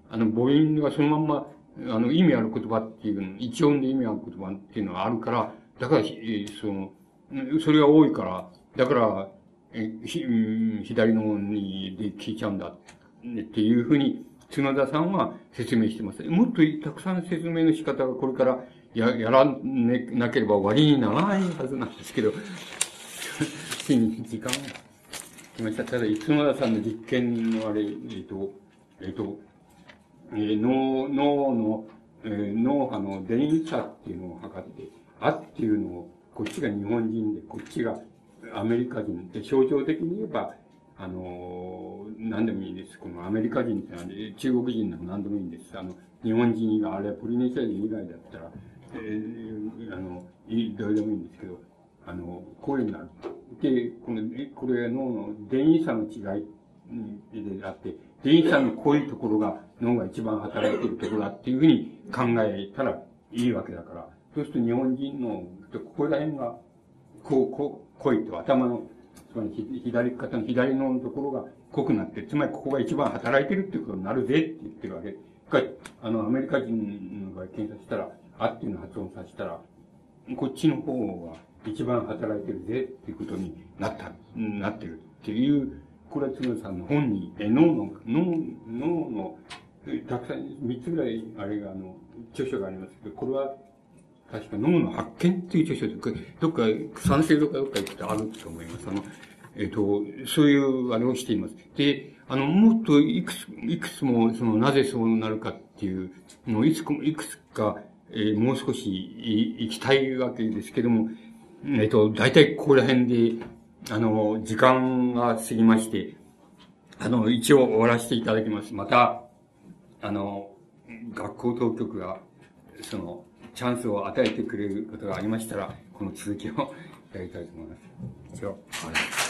あの、母音がそのまんま、あの、意味ある言葉っていうの、一音で意味ある言葉っていうのがあるから、だから、えその、それが多いから、だから、えひ左の音にで聞いちゃうんだっていうふうに、角田さんは説明してます。もっとたくさん説明の仕方がこれからや、やらなければ終わりにならないはずなんですけど、ついに時間が来ました。ただ、角田さんの実験のあれ、えっと、えっと、えー、脳、脳の、えー、脳波の電位差っていうのを測って、あっていうのを、こっちが日本人で、こっちがアメリカ人で、象徴的に言えば、あのー、何でもいいです。このアメリカ人ってのは、中国人でも何でもいいんです。あの、日本人が、あれはポリネシア人以外だったら、えー、あの、いどれでもいいんですけど、あの、こういうのがある。で、この、これ脳の電位差の違いであって、電位差の濃いところが脳が一番働いているところだっていうふうに考えたらいいわけだから、そうすると日本人の、ここら辺が、こう、こう、濃いと頭の、つまり左肩の左のところが濃くなって、つまりここが一番働いてるっていうことになるぜって言ってるわけ。あの、アメリカ人の場合検査したら、あっていうのを発音させたら、こっちの方が一番働いてるぜっていうことになった、なってるっていう、これは角田さんの本に、え、脳の、脳、脳の、たくさん、三つぐらい、あれが、あの、著書がありますけど、これは、確か脳の発見っていう著書で、これ、どっか、賛成とかどっか行くとあると思います。あの、えっと、そういう、あれをしています。で、あの、もっといくつ、いくつも、その、なぜそうなるかっていうのを、いつく、いくつか、えー、もう少しい、行きたいわけですけども、えっと、大体ここら辺で、あの、時間が過ぎまして、あの、一応終わらせていただきます。また、あの、学校当局が、その、チャンスを与えてくれることがありましたら、この続きをやりたいと思います。以上、はい。